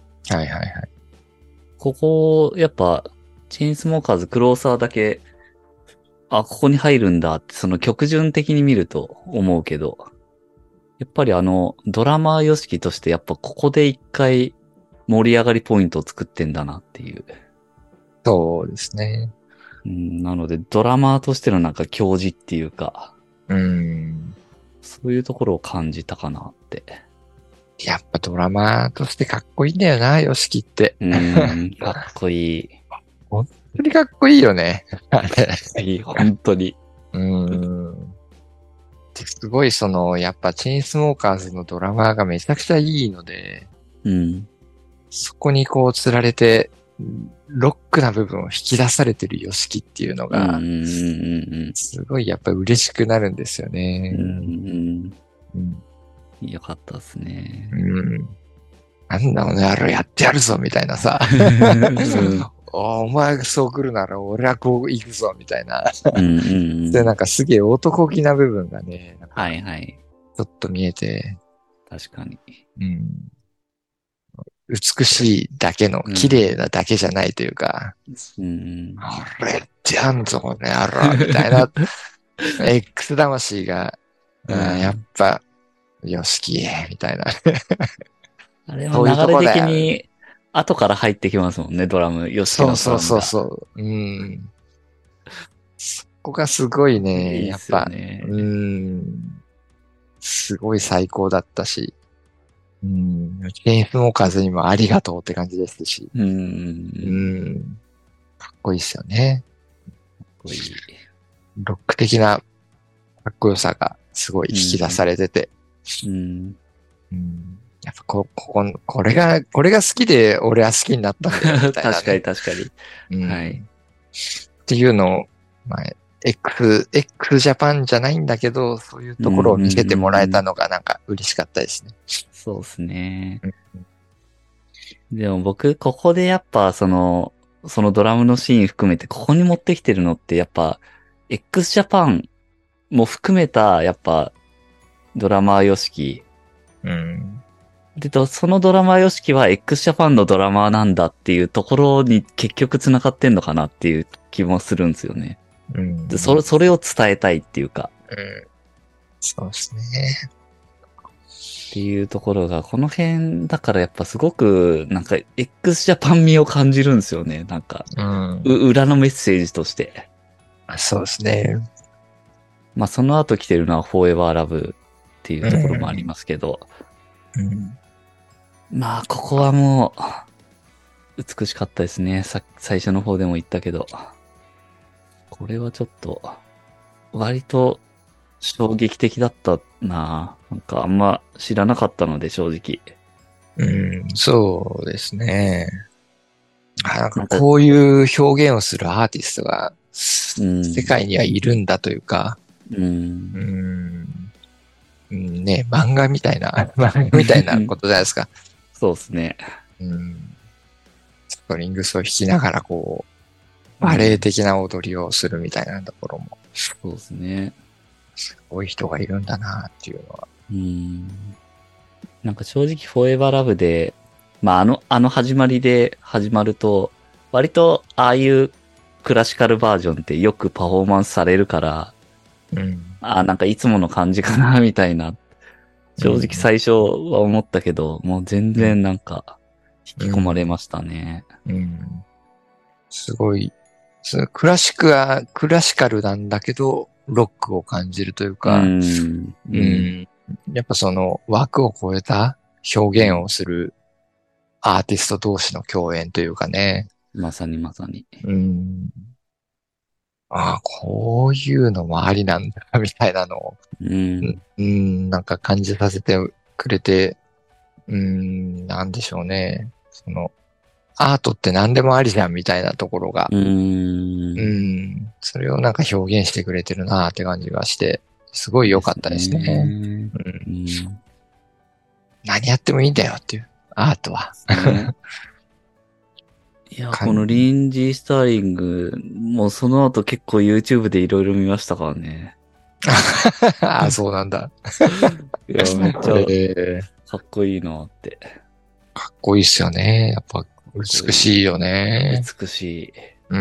ここ、やっぱ、チェインスモーカーズクローサーだけ、あ、ここに入るんだって、その曲順的に見ると思うけど、やっぱりドラマーヨシキとしてやっぱここで一回盛り上がりポイントを作ってんだなっていう。 そうですね。 なので、ドラマーとしてのなんか教示っていうか、そういうところを感じたかなって。 やっぱドラマーとしてかっこいいんだよな、ヨシキって。 かっこいい。 本当にかっこいいよね。 本当に。 すごいやっぱチェインスモーカーズのドラマーがめちゃくちゃいいので、そこにこう釣られて、ロックな部分を引き出されてるヨシキっていうのが、すごいやっぱ嬉しくなるんですよね。 よかったですね。 なんだおの野郎やってやるぞみたいなさ。お前がそう来るなら俺はこう行くぞみたいな。で、なんかすげえ男気な部分がね、ちょっと見えて。 確かに。 美しいだけの、綺麗なだけじゃないというか、俺ってやんぞこの野郎みたいな、X 魂が、やっぱ、よしきみたいな。 あれも流れ的に、後から入ってきますもんね、ドラム、ヨシキのサウンドが。 そう。そこがすごいね、やっぱ、すごい最高だったし、チェインスモーカーズにもありがとうって感じですし、かっこいいっすよね。 かっこいい。 ロック的なかっこよさがすごい引き出されてて、やっぱこれが好きで俺は好きになったんだよみたいな、ね。 確かに。はい。 っていうのを、まあ、X ジャパンじゃないんだけど、そういうところを見せてもらえたのがなんか嬉しかったですね。 そうですね。でも僕、ここでやっぱそのドラムのシーン含めてここに持ってきてるのってやっぱ X ジャパンも含めたやっぱドラマーヨシキ。で、そのドラマーヨシキは X ジャパンのドラマーなんだっていうところに結局繋がってんのかなっていう気もするんですよね。でそれを伝えたいっていうか。 そうですね。 ていうところが、この辺だからやっぱすごく、なんか x ジャパン味を感じるんですよね。なんか、 うん。 裏のメッセージとして。 そうですね。 まあその後来てるのはフォーエバーラブっていううところもありん。 ますけど、 うん。 まあここはもう美しかったですね。最初の方でも言ったけど、これはちょっと割と衝撃的だったな。なんかあんま知らなかったので正直。 うん。そうですね。なんかなんか、 こういう表現をするアーティストがう世ん、 界にはいるんだというか、 うん。 ね、漫画みたいな、漫画みたいなことじゃないですか。 そうですね。 うん。ストリングスを弾きながらこう、バレエうん、 的な踊りをするみたいなところも、 そうですね。 こういう人がいるんだなっていうのは。 うん。なんか正直フォーエバーラブで、まああの始まりで始まると、割とああいうクラシカルバージョンってよくパフォーマンスされるから、 うん。 なんかいつもの感じかな、みたいな。正直うん。 最初は思ったけど、もう全うん。 然なんか引き込まれましたね。 うん。すごい、クラシックはクラシカルなんだけど、ロックを感じるといううか、 ん、うん、 うん。やっぱその枠を超えた表現うん。 をするアーティスト同士の共演というかね。 まさにまさに。 うん。ああ、こういうのもありなんだ、みたいなのを、 うん、 なんか感じさせてくれて、なんでしょうね。その、アートって何でもありじゃん、みたいなところが、 うん。 それをなんか表現してくれてるなって感じがして、すごいです良かったですね。 ね。 うん、 うん。 何やってもいいんだよっていう、アートは。 ですね。いや、このリンジー・スターリング、もうその後結構 YouTube でいろいろ見ましたからね。 ああ、そうなんだ。 いや、めっちゃえーかっこいいなって。 かっこいいっすよね。やっぱ美かっこいい。 しいよね。 美しうん。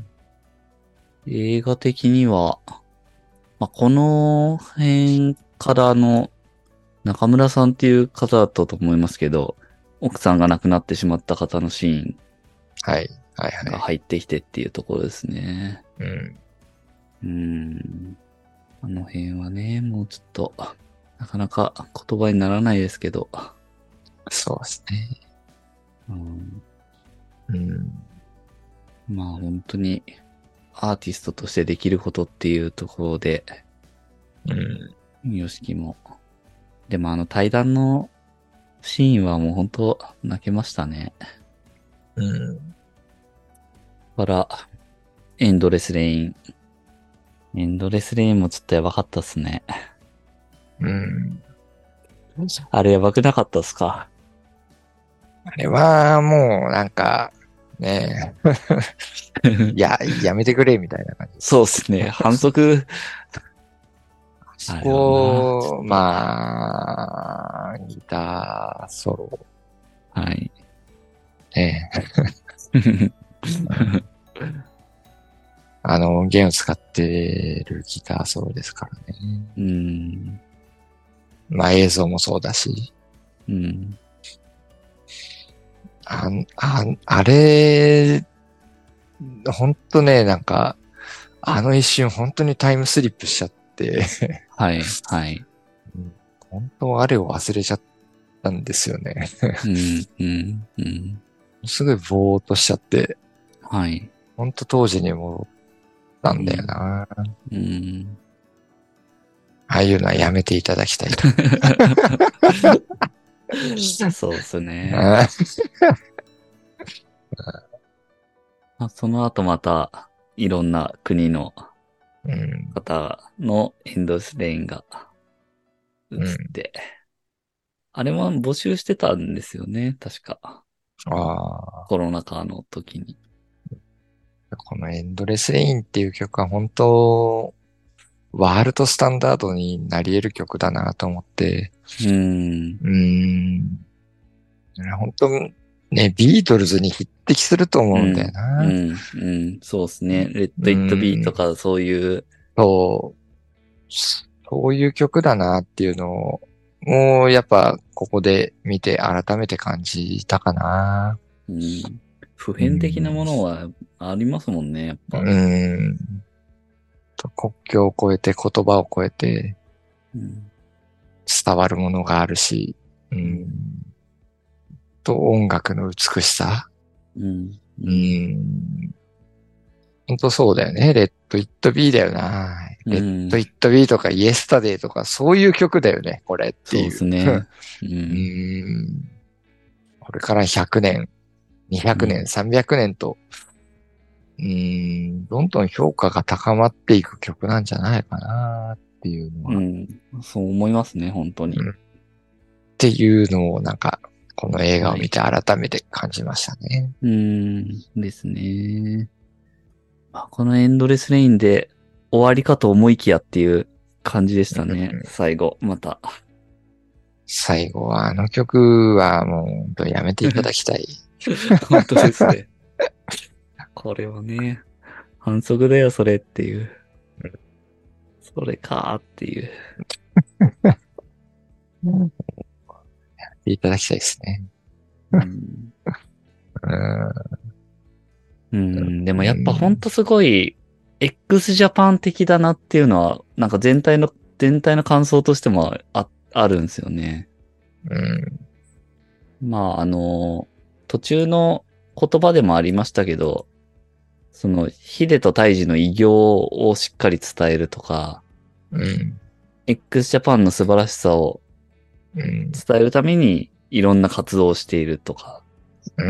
い。映画的には、まあ、この辺から中村さんっていう方だったと思いますけど、奥さんが亡くなってしまった方のシーンはい。はいはい。 が入ってきてっていうところですね。 うん。 うーん。あの辺はね、もうちょっと、なかなか言葉にならないですけど、 そうですね。 うん、 うん。 まあ本当にアーティストとしてできることっていうところで、 うん。 ヨシキも。でも対談のシーンはもう本当泣けましたね。 うん。 から、エンドレスレイン。エンドレスレインもちょっとやばかったっすね。 うん。 あれやばくなかったっすか？ あれはもうなんか、ねやめてくれみたいな感じ。 そうっすね。反則、 そあれはな、ちょっこ、 と、 まあ、ギターソロ、 はい。 ね、弦を使ってるギターソロですからね。 うん。 まあ映像もそうだし、 うん。 あれ、ほんとね、なんか、あの一瞬本当にタイムスリップしちゃってはい、はい。 本当あれを忘れちゃったんですよね。 うん、うん、うん。 すごいぼーっとしちゃって、 はい。 本当当時に戻ったんだようん、 な。 うん。 ああいうのはやめていただきたいと。 そうですね。 あまあ、その後また、いろんな国のうん、 方のエンドレスレインが映っうん。 て、あれも募集してたんですよね、確か。 あコロナ禍の時に。 あ、このエンドレスレインっていう曲は本当、ワールドスタンダードになり得る曲だなと思って、 うーん。 うーん、本当ね、ビートルズに匹敵すると思うんだようん、うな。 ん、うん、そうですね。レッうド・イット・ビーとん、 かそういう、 そういう曲だなっていうのを、 もうやっぱここで見て改めて感じたかな。 うん。普う遍的なん。 ものはありますもんね、やっぱ。 うん。国境を越えて言葉を超えてうん。 伝わるものがあるし、ううん。 ん。と音楽の美しさ。 うん。ううん。 ん。本当そうだよね。レッド・イット・ビーだよな。 うレッド・イん。 ット・ビーとかイエスタデイとかそういう曲だよね。これってそうでいう。 すね。ううん。 ん。これから100年、200年、 うん。 300年と、どんどん評価が高まっていく曲なんじゃないかなっていうのは、 うん。そう思いますね、本当に。 っていうのをなんか、この映画をはい。 見て改めて感じましたね。 うん。ですね。まあ、このエンドレスレインで終わりかと思いきやっていう感じでしたね。 うん最後、また。 最後はあの曲はもう本当やめていただきたい。 本当ですね。これはね、反則だよ、それっていう。それかーっていう。 うんいただきたいですね。 うん。 うん、 うん、でもやっぱほんうん、 とすごい、x ジャパン的だなっていうのは、なんか全体の感想としてもあるんですよね。 うん、 まあ、途中の言葉でもありましたけど、その、ヒデとタイジの偉業をしっかり伝えるとか、 うん、 x ジャパンの素晴らしさをうん、 伝えるためにいろんな活動をしているとか、 うん、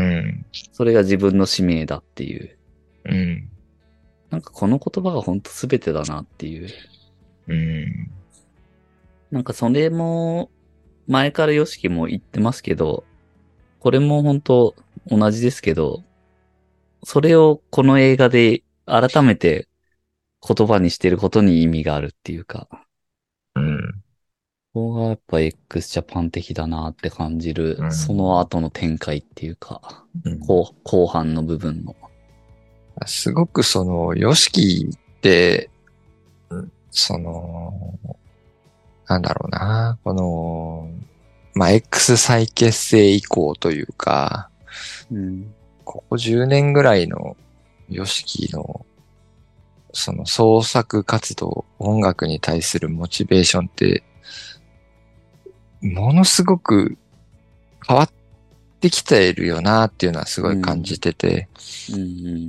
それが自分の使命だっていう。 うん、 なんかこの言葉がほんと全てだなっていう。 うん、 なんかそれも、前からヨシキも言ってますけど、これも本当同じですけど、それをこの映画で改めて言葉にしてることに意味があるっていうか、 うん、 ここがやっぱ x ジャパン的だなって感じる、 うそのん、 後の展開っていうか、 うん後半の部分の。 すごくその、ヨシキって、その、なんだろうな、この、まあ、X 再結成以降というか、 うん。 ここ10年ぐらいのヨシキのその創作活動、音楽に対するモチベーションって、ものすごく変わってきているよなっていうのはすごい感うん。 じてて、 うん。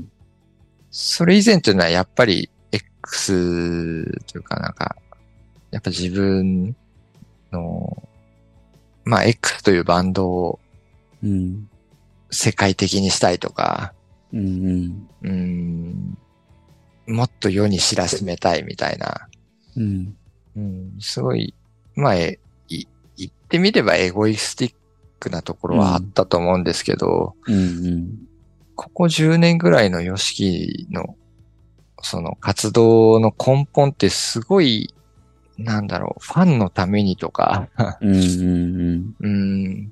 それ以前というのはやっぱり X というかなんか、やっぱ自分の、まあ X というバンドをうん。 世界的にしたいとか、 うん。 うーん、もっと世に知らしめたいみたいな、 うん。 すごい、まあ、言ってみればエゴイスティックなところはあっうん。 たと思うんですけど、 うん。 ここ10年ぐらいのヨシキのその活動の根本ってすごい、なんだろう、ファンのためにとか、 うん。うん。 うん、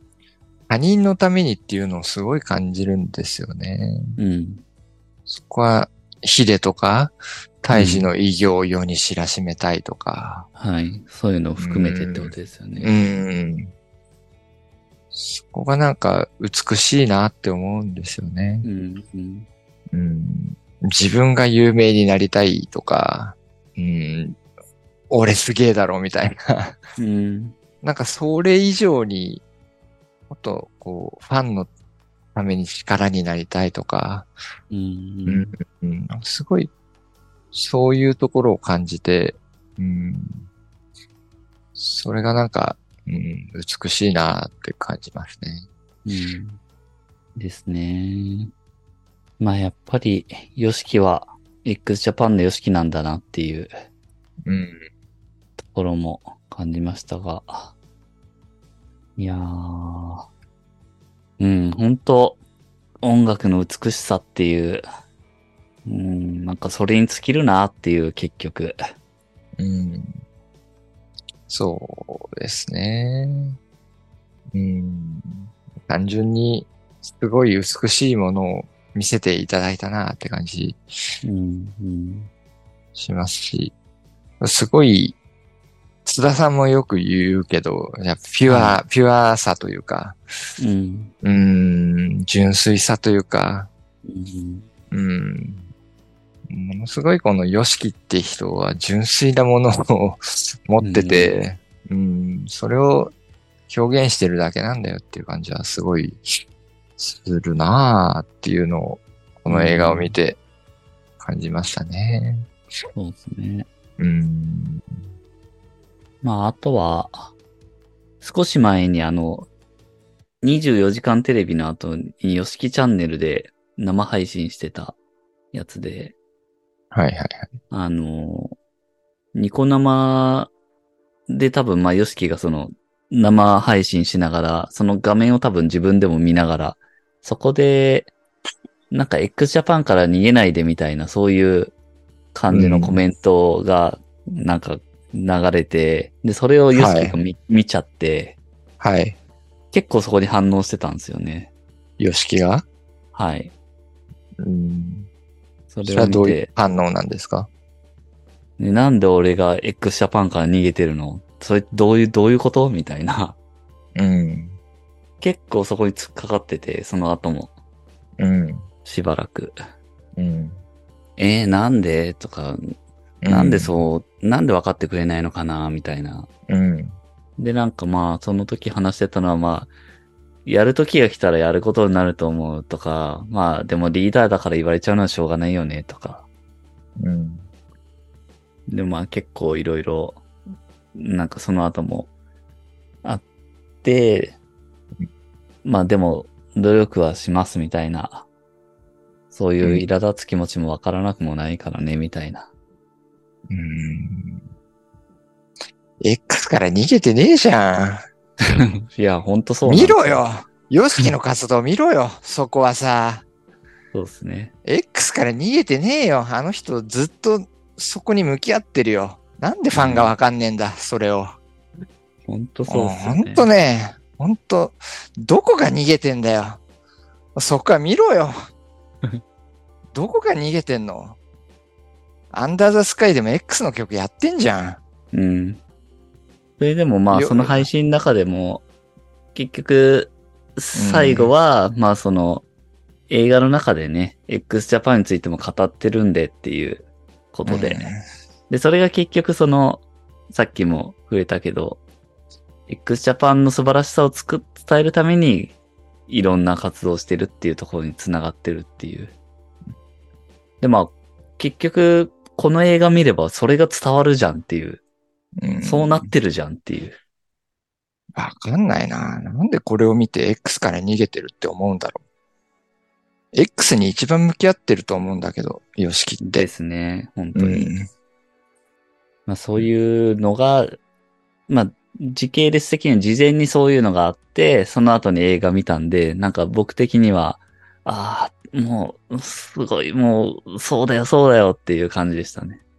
他人のためにっていうのをすごい感じるんですよね。 うん。 そこは、ヒデとか、 うん。 大治の偉業を世に知らしめたいとか、 はい。そういうのをう含めてってこん、 とですようね。 ん、そこがなんか美しいなって思うんですよね。 うん。うん。 うん、自分が有名になりたいとか、うん、俺すげえだろみたいな。 うん。 なんかそれ以上に、もっとこう、ファンのために力になりたいとか、 ううん、 ん。 うん、すごい、そういうところを感じて、それがなんか、美しいなって感じますね。 うん。ですね。まあやっぱり、ヨシキは x ジャパンのヨシキなんだなっていううん、 ところも感じましたが。いやー、うん、本当音楽の美しさっていう、うん、なんかそれに尽きるなっていう結局。 うん、そうですね。うん、単純に、すごい美しいものを見せていただいたなって感じうん、うん、 しますし、すごい津田さんもよく言うけど、やっぱピュアさというか、純粋さというか、ものすごいこのヨシキって人は純粋なものを持ってて、それを表現してるだけなんだよっていう感じはすごいするなーっていうのを、この映画を見て感じましたね。 そうですね。まあ、あとは、少し前に24時間テレビの後に、ヨシキチャンネルで生配信してたやつで、ニコ生で多分、まあ、ヨシキがその、生配信しながら、その画面を多分自分でも見ながら、そこで、なんか x ジャパンから逃げないでみたいな、そういう感じのコメントが、なんか流れて、で、それをヨシキが見ちゃって、結構そこに反応してたんですよね。 ヨシキがはい。 それはどういう反応なんですか？ ね、なんで俺が x ジャパンから逃げてるの？それどういうことみたいな。結構そこに突っかかってて、その後も。しばらく。なんでとか、なんで分かってくれないのかなみたいな。で、なんかまあ、その時話してたのはまあ、やる時が来たらやることになると思うとか、まあ、でもリーダーだから言われちゃうのはしょうがないよねとか。で、まあ結構いろいろ、なんかその後もあって、まあでも努力はしますみたいな、そういう苛立つ気持ちもわからなくもないからね、みたいな。 X から逃げてねえじゃん。いや、ほんとそうなんですよ。見ろよ！ヨシキの活動見ろよそこはさ。 そうですね。 X から逃げてねえよ。あの人ずっとそこに向き合ってるよ。なんでファンがわかんねえんだ、それを。 ほんとそうっすね。 ほんとね、ほんと、どこが逃げてんだよ。そこは見ろよ。どこが逃げてんの？アンダーザスカイでも X の曲やってんじゃん。それでもまあその配信の中でも、結局、最後は、まあその、映画の中でね、x ジャパンについても語ってるんでっていうことで。で、それが結局その、さっきも触れたけど、x ジャパンの素晴らしさを伝えるために、いろんな活動をしてるっていうところに繋がってるっていう。で、まあ、結局、この映画見ればそれが伝わるじゃんっていう。そうなってるじゃんっていう。 わかんないな。なんでこれを見て X から逃げてるって思うんだろう。X に一番向き合ってると思うんだけど、ヨシキって。 ですね。本当に。まあそういうのが、まあ時系列的には事前にそういうのがあって、その後に映画見たんで、なんか僕的には、もう、すごい、もう、そうだよっていう感じでしたね。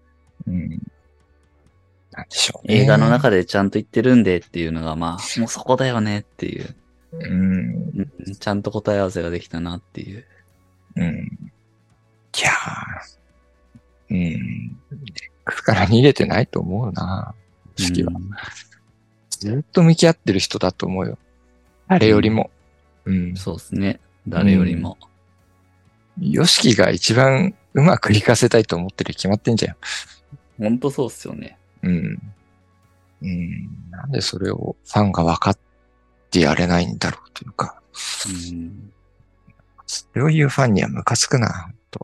なんでしょうね。 映画の中でちゃんと言ってるんでっていうのが、まあ、もうそこだよねっていう。ちゃんと答え合わせができたなっていう。 いやー。X から逃げてないと思うな。好きは。ずっと向き合ってる人だと思うよ。誰よりも。 そうですね。誰よりも。 ヨシキが一番うまくいかせたいと思ってるに決まってんじゃん。 ほんとそうっすよね。 なんでそれをファンが分かってやれないんだろうというか。それを言うファンにはムカつくな、と。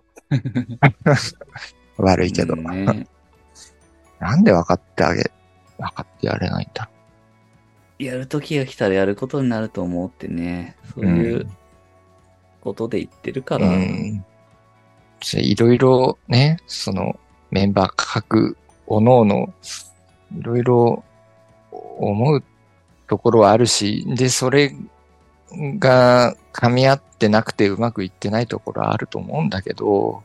悪いけど。なんで分かってやれないんだろう。やる時が来たらやることになると思ってね。そういうことで言ってるから。 いろいろね、そのメンバー各おのおのいろいろ思うところはあるし、で、それが噛み合ってなくてうまくいってないところはあると思うんだけど、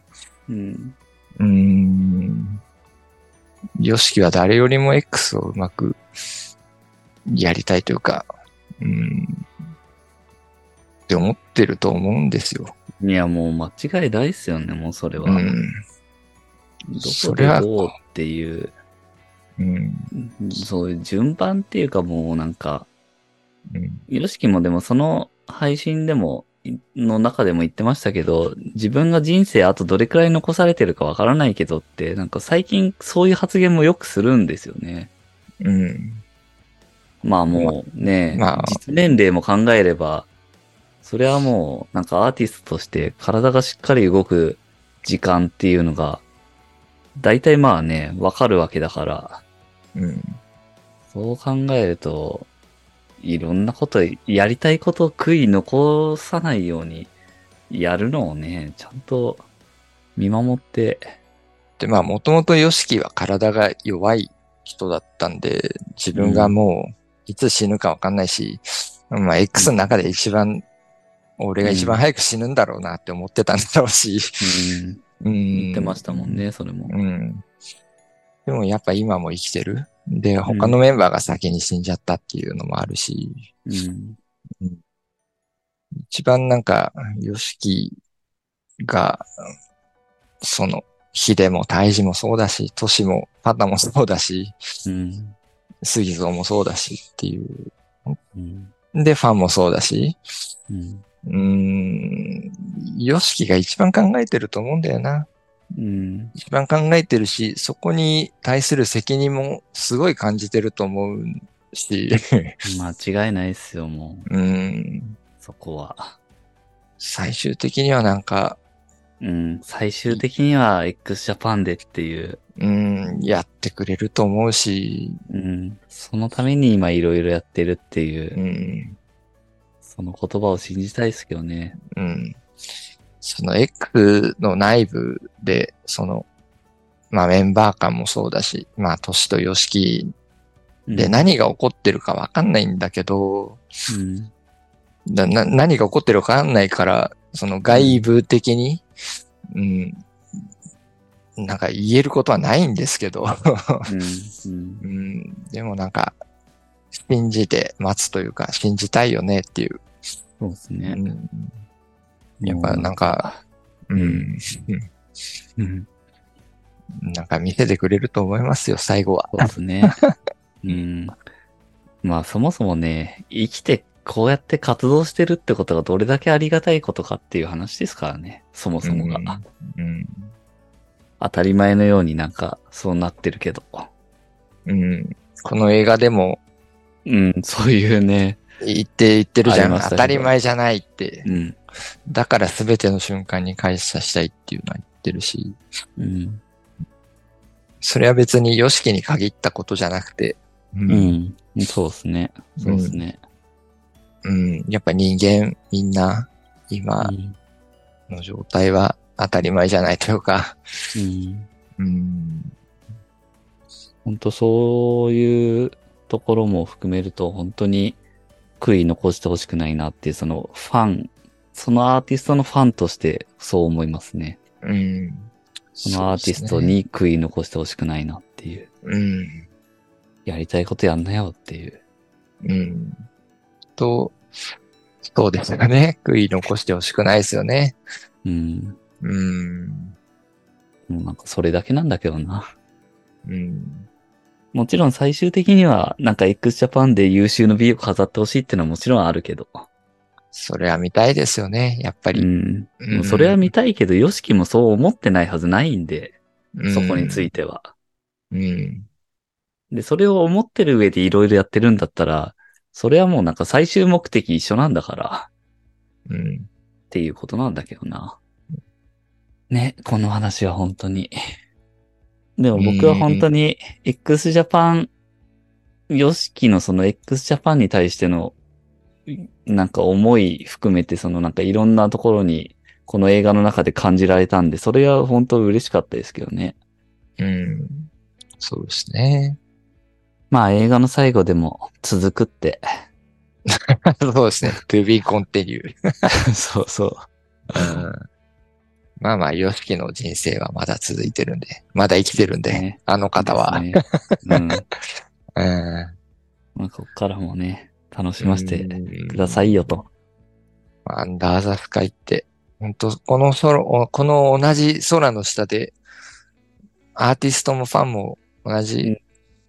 ヨシキは誰よりも X をうまくやりたいというか、って思ってると思うんですよ。 いや、もう間違いないっすよね、もうそれは。どこでどうっていう。 うん。 そういう順番っていうかもうなんか、 うん。 ヨシキもでもその配信でも、の中でも言ってましたけど、自分が人生あとどれくらい残されてるかわからないけどって、なんか最近そういう発言もよくするんですよね。 うん。 まあま、 もうね、 まあ、 実年齢も考えれば、それはもうなんかアーティストとして体がしっかり動く時間っていうのが、大体まあね、わかるわけだから、 うん。 そう考えると、いろんなこと、やりたいことを悔い残さないようにやるのをね、ちゃんと見守って、 で、まあ、もともとヨシキは体が弱い人だったんで、自分がうん、 もう、いつ死ぬかわかんないし、まあ、X の中で俺が一番うん、 早く死ぬんだろうなって思ってたんだろうし、 うん、 う言ってまん、 したもんね、それも。 うん。でもやっぱ今も生きてる。で、 うん、 他のメンバーが先に死んじゃったっていうのもあるし、 うん、 うん、一番なんか、ヨシキが、その、ヒデもタイジもそうだし、トシもパタもそうだし、 うん、 スギゾウもそうだしっていう。 うん、 で、ファンもそうだし、 うん、 ヨシキが一番考えてると思うんだよな。 うん。 一番考えてるし、そこに対する責任もすごい感じてると思うし、 間違いないっすよ、もう。 うん、 そこは。 最終的にはなんか、 うん、最終的には x ジャパンでっていう、 やってくれると思うし、 うん、そのために今いろいろやってるっていうう、 ん、 その言葉を信じたいですけどね。 うん。その X の内部で、まあメンバー間もそうだし、まあトシとヨシキでうん、 何が起こってるかわかんないんだけど、 うん、 何が起こってるかわかんないから、そのうん、 外部的に、うん、なんか言えることはないんですけど、 うん、ううん。 ん、でもなんか、信じて待つというか、信じたいよねっていう。 そうですね。 うん、やっぱもうなんなんか、 か、 ううん、 ん、 うん、 なんか見せてくれると思いますよ、最後は。 そうですね。うん。まあそもそもね、生きてこうやって活動してるってことがどれだけありがたいことかっていう話ですからね。そもうそもが。 ん、うん、 当たり前のようになんかそうなってるけど。 うん。この映画でもうん、そういうね、 言ってるありじゃん。 ましたけど。 当たり前じゃないって。 うん、 だから全ての瞬間に感謝したいっていうのは言ってるし、 うん、 それは別にヨシキに限ったことじゃなくて、ううん、 ん。そうですね。そうですうん、 ね。 うん。やっぱ人間みんなう今ん、 の状態は当たり前じゃないというか、 うん。 うん、 本当そういうところも含めると本当に悔い残してほしくないなっていうそのファン、そのアーティストのファンとしてそう思いますね。 うん。 そのそうでアーティストすね。 に悔い残してほしくないなっていう。 うん、 やりたいことやんなよっていう。 うん。と、そうですよね。悔い残してほしくないですよね。 うん。 うん、 もうなんかそれだけなんだけどな。 うん。 もちろん最終的にはなんか x ジャパンで優秀の美を飾ってほしいっていうのはもちろんあるけど。 それは見たいですよね。やっぱり。 うん。 うもうそれはん、 見たいけど、ヨシキもそう思ってないはずないんで、 うそこについん、 ては。 うん。 で、それを思ってる上でいろいろやってるんだったら、それはもうなんか最終目的一緒なんだから、 うん。 っていうことなんだけどな。ね、この話は本当に。でもう僕は本当ん。 に x ジャパン、ヨシキのその x ジャパンに対してのなんか思い含めてそのなんかいろんなところにこの映画の中で感じられたんで、それは本当嬉しかったですけどね。 うん。そうですね。 まあ映画の最後でも続くって。 そうですね。to be continue. そうそうん。まあまあ、ヨシキの人生はまだ続いてるんで、まだ生きう。でてるんで、 すね。 あの方は。 ですね。うん。 うん。 まあこっからもね、楽うしませてくださいよん。 と。 アンダーザスカイって、本当この同じ空の下で、アーティストもファンも同じうん。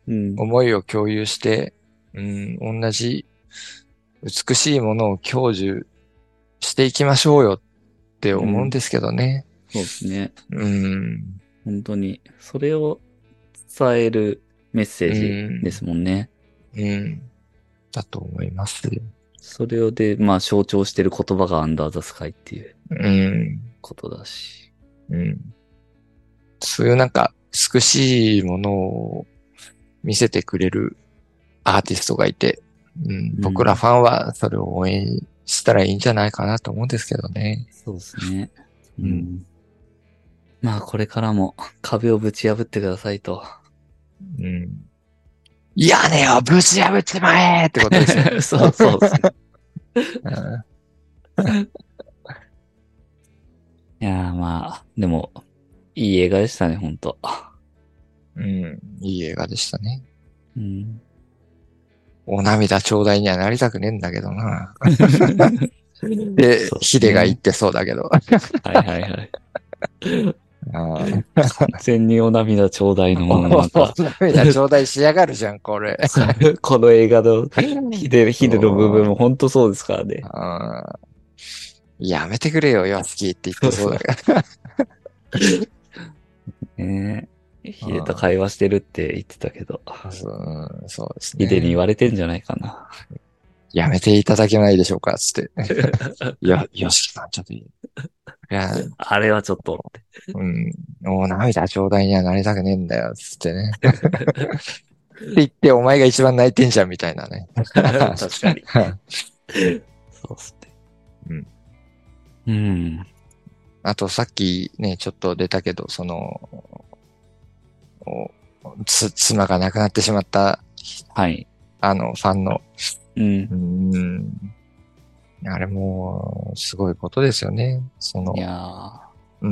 うん。 思いを共有して、同じ美しいものを享受していきましょうよってうん。 思うんですけどね。 そうですね。 うん、 本当に、それを伝えるメッセーうジでん、 すもんね。 うん、だと思います。 それをで、まあ象徴してる言葉がアンダーザスカイっていううん、 ことだし。 うん。そういうなんか美しいものを見せてくれるアーティストがいて、僕らうん。 ファンはそれを応援したらいいんじゃないかなと思うんですけどね。 そうですね。ううん。 ん。まあこれからも壁をぶち破ってくださいと。 うん。屋根をぶち破っちまえってことですよね。 そうそうですね。 うんいやーまあ、でも、いい映画でしたね、ほんと。 いい映画でしたね。 うん。 お涙ちょうだいにはなりたくねえんだけどな。で、 そうですヒデが言っね。 てそうだけど。 はいはいはい。 あ完全にお涙ちょうだいのものなんか、 お涙ちょうだいしやがるじゃん、これ。 この映画のヒデの部分も本当そうですからね。 あやめてくれよ、ヨスキって言ってそうそうそう。 だから。 ねえ。ヒデとうん会話してるって言ってたけど、 そうですヒデに言ね。 われてんじゃないかな。 やめていただけないでしょうか、つって。よしきさん、ちょっといい。いや、 あれはちょっとって。 うん、もう涙ちょうだいにはなりたくねえんだよ、つってね。って言って、お前が一番泣いてんじゃん、みたいなね。 確かに。そうっすね。 うん、 うん。 あと、さっきね、ちょっと出たけど、妻が亡くなってしまった、 はい。 ファンの、 うん。 うん、あれも、すごいことですよね。 いやー。 うん、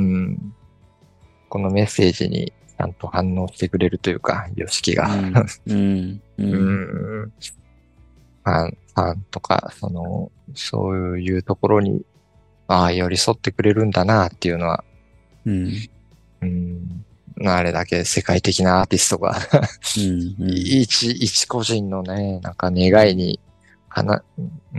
このメッセージにちゃんと反応してくれるというか、ヨシキが。 うん。うん。ううん。 ん、ファンとか、そういうところに、寄り添ってくれるんだなっていうのは、 うん。 うん、あれだけ世界的なアーティストがうん。うん。 一個人のね、なんか願いに、かな、うん、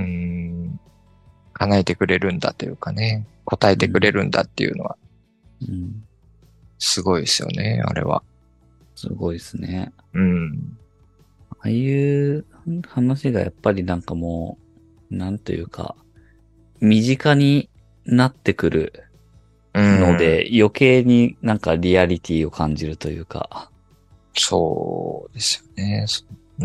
叶えてくれるんだというかね、答えてくれるんだっていうのは、 うん。 すごいですよね、あれは。 すごいですね。 うん。 ああいう話がやっぱりなんかもう、なんというか、身近になってくるうのん。 で、余計になんかリアリティを感じるというか、 そうですよね。うん。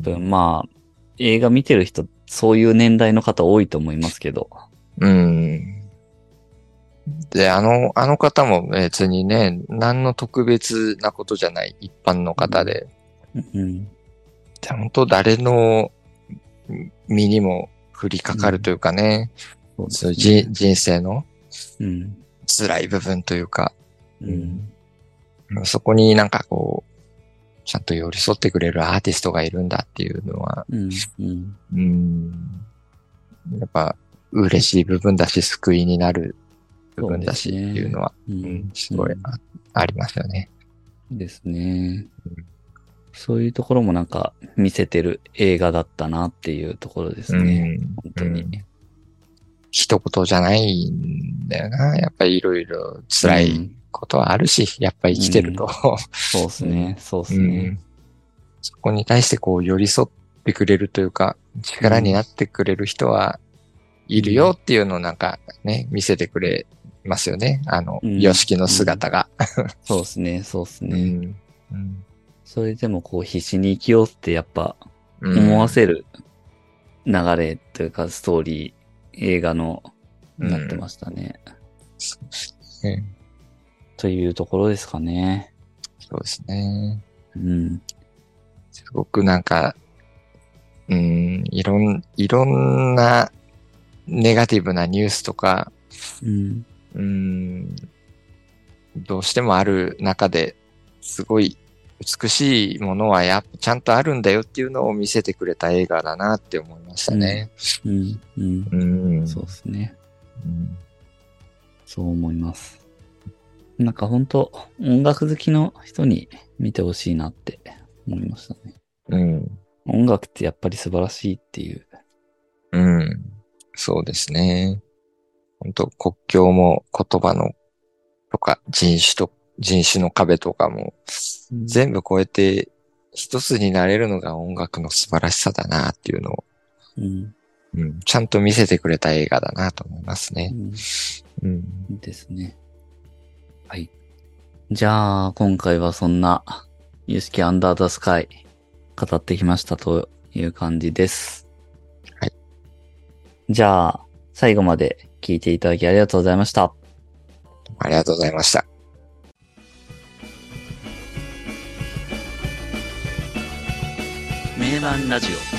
多分まあ、映画見てる人、そういう年代の方多いと思いますけど。 うん。で、あの方も別にね、何の特別なことじゃない一般の方で、 うん。 で本当誰の身にも降りかかるというかね、 そうでそういうすね。 人生のうん。 辛い部分というか、 うん。 そこになんかこう、ちゃんと寄り添ってくれるアーティストがいるんだっていうのは、 うん。うん。 うん、やっぱ嬉しい部分だし、救いになる部そうで分だしっていうすね。 のは、 うん。 すごいうん。 ありますよね。 ですね。そういうところもなんか見せてる映画だったなっていうところですね。本当に。 一言じゃないんだよな。やっぱりいろいろ辛いうん。 ことはあるし、やっぱり生きてると。 うん。そうですね。そうですね。 うん、そこに対してこう寄り添ってくれるというか、力になってくれる人はいるよっていうのをなんかね、見せてくれますよね。 うん。 ヨシキのうん。 姿が。 そうですね。そうですね。 うん。うん。 それでもこう必死に生きようってやっぱう思わん。 せる流れというかストーリー、映画のなってましたね。 ねというところですかね。 そうですね。 うん。 すごくなんか、いろんなネガティブなニュースとか、 うん。 うん、どうしてもある中で、すごい美しいものはちゃんとあるんだよっていうのを見せてくれた映画だなって思いましたうん。 ね。 うん。うん。 うん。 そうですね。 うんそう思います。なんか本当音楽好きの人に見てほしいなって思いましたね。 うん。 音楽ってやっぱり素晴らしいっていう。 うん。そうですね。本当国境も言葉のとか人種の壁とかも全部超えて一つになれるのが音楽の素晴らしさだなっていうのを、 うん。 うん、ちゃんと見せてくれた映画だなと思いますね。 うん。 うん。 ですね。はい。じゃあ、今回はそんな、ユースケアンダーザスカイ語ってきましたという感じです。 はい。 じゃあ、最後まで聞いていただきありがとうございました。 ありがとうございました。 名盤ラジオ。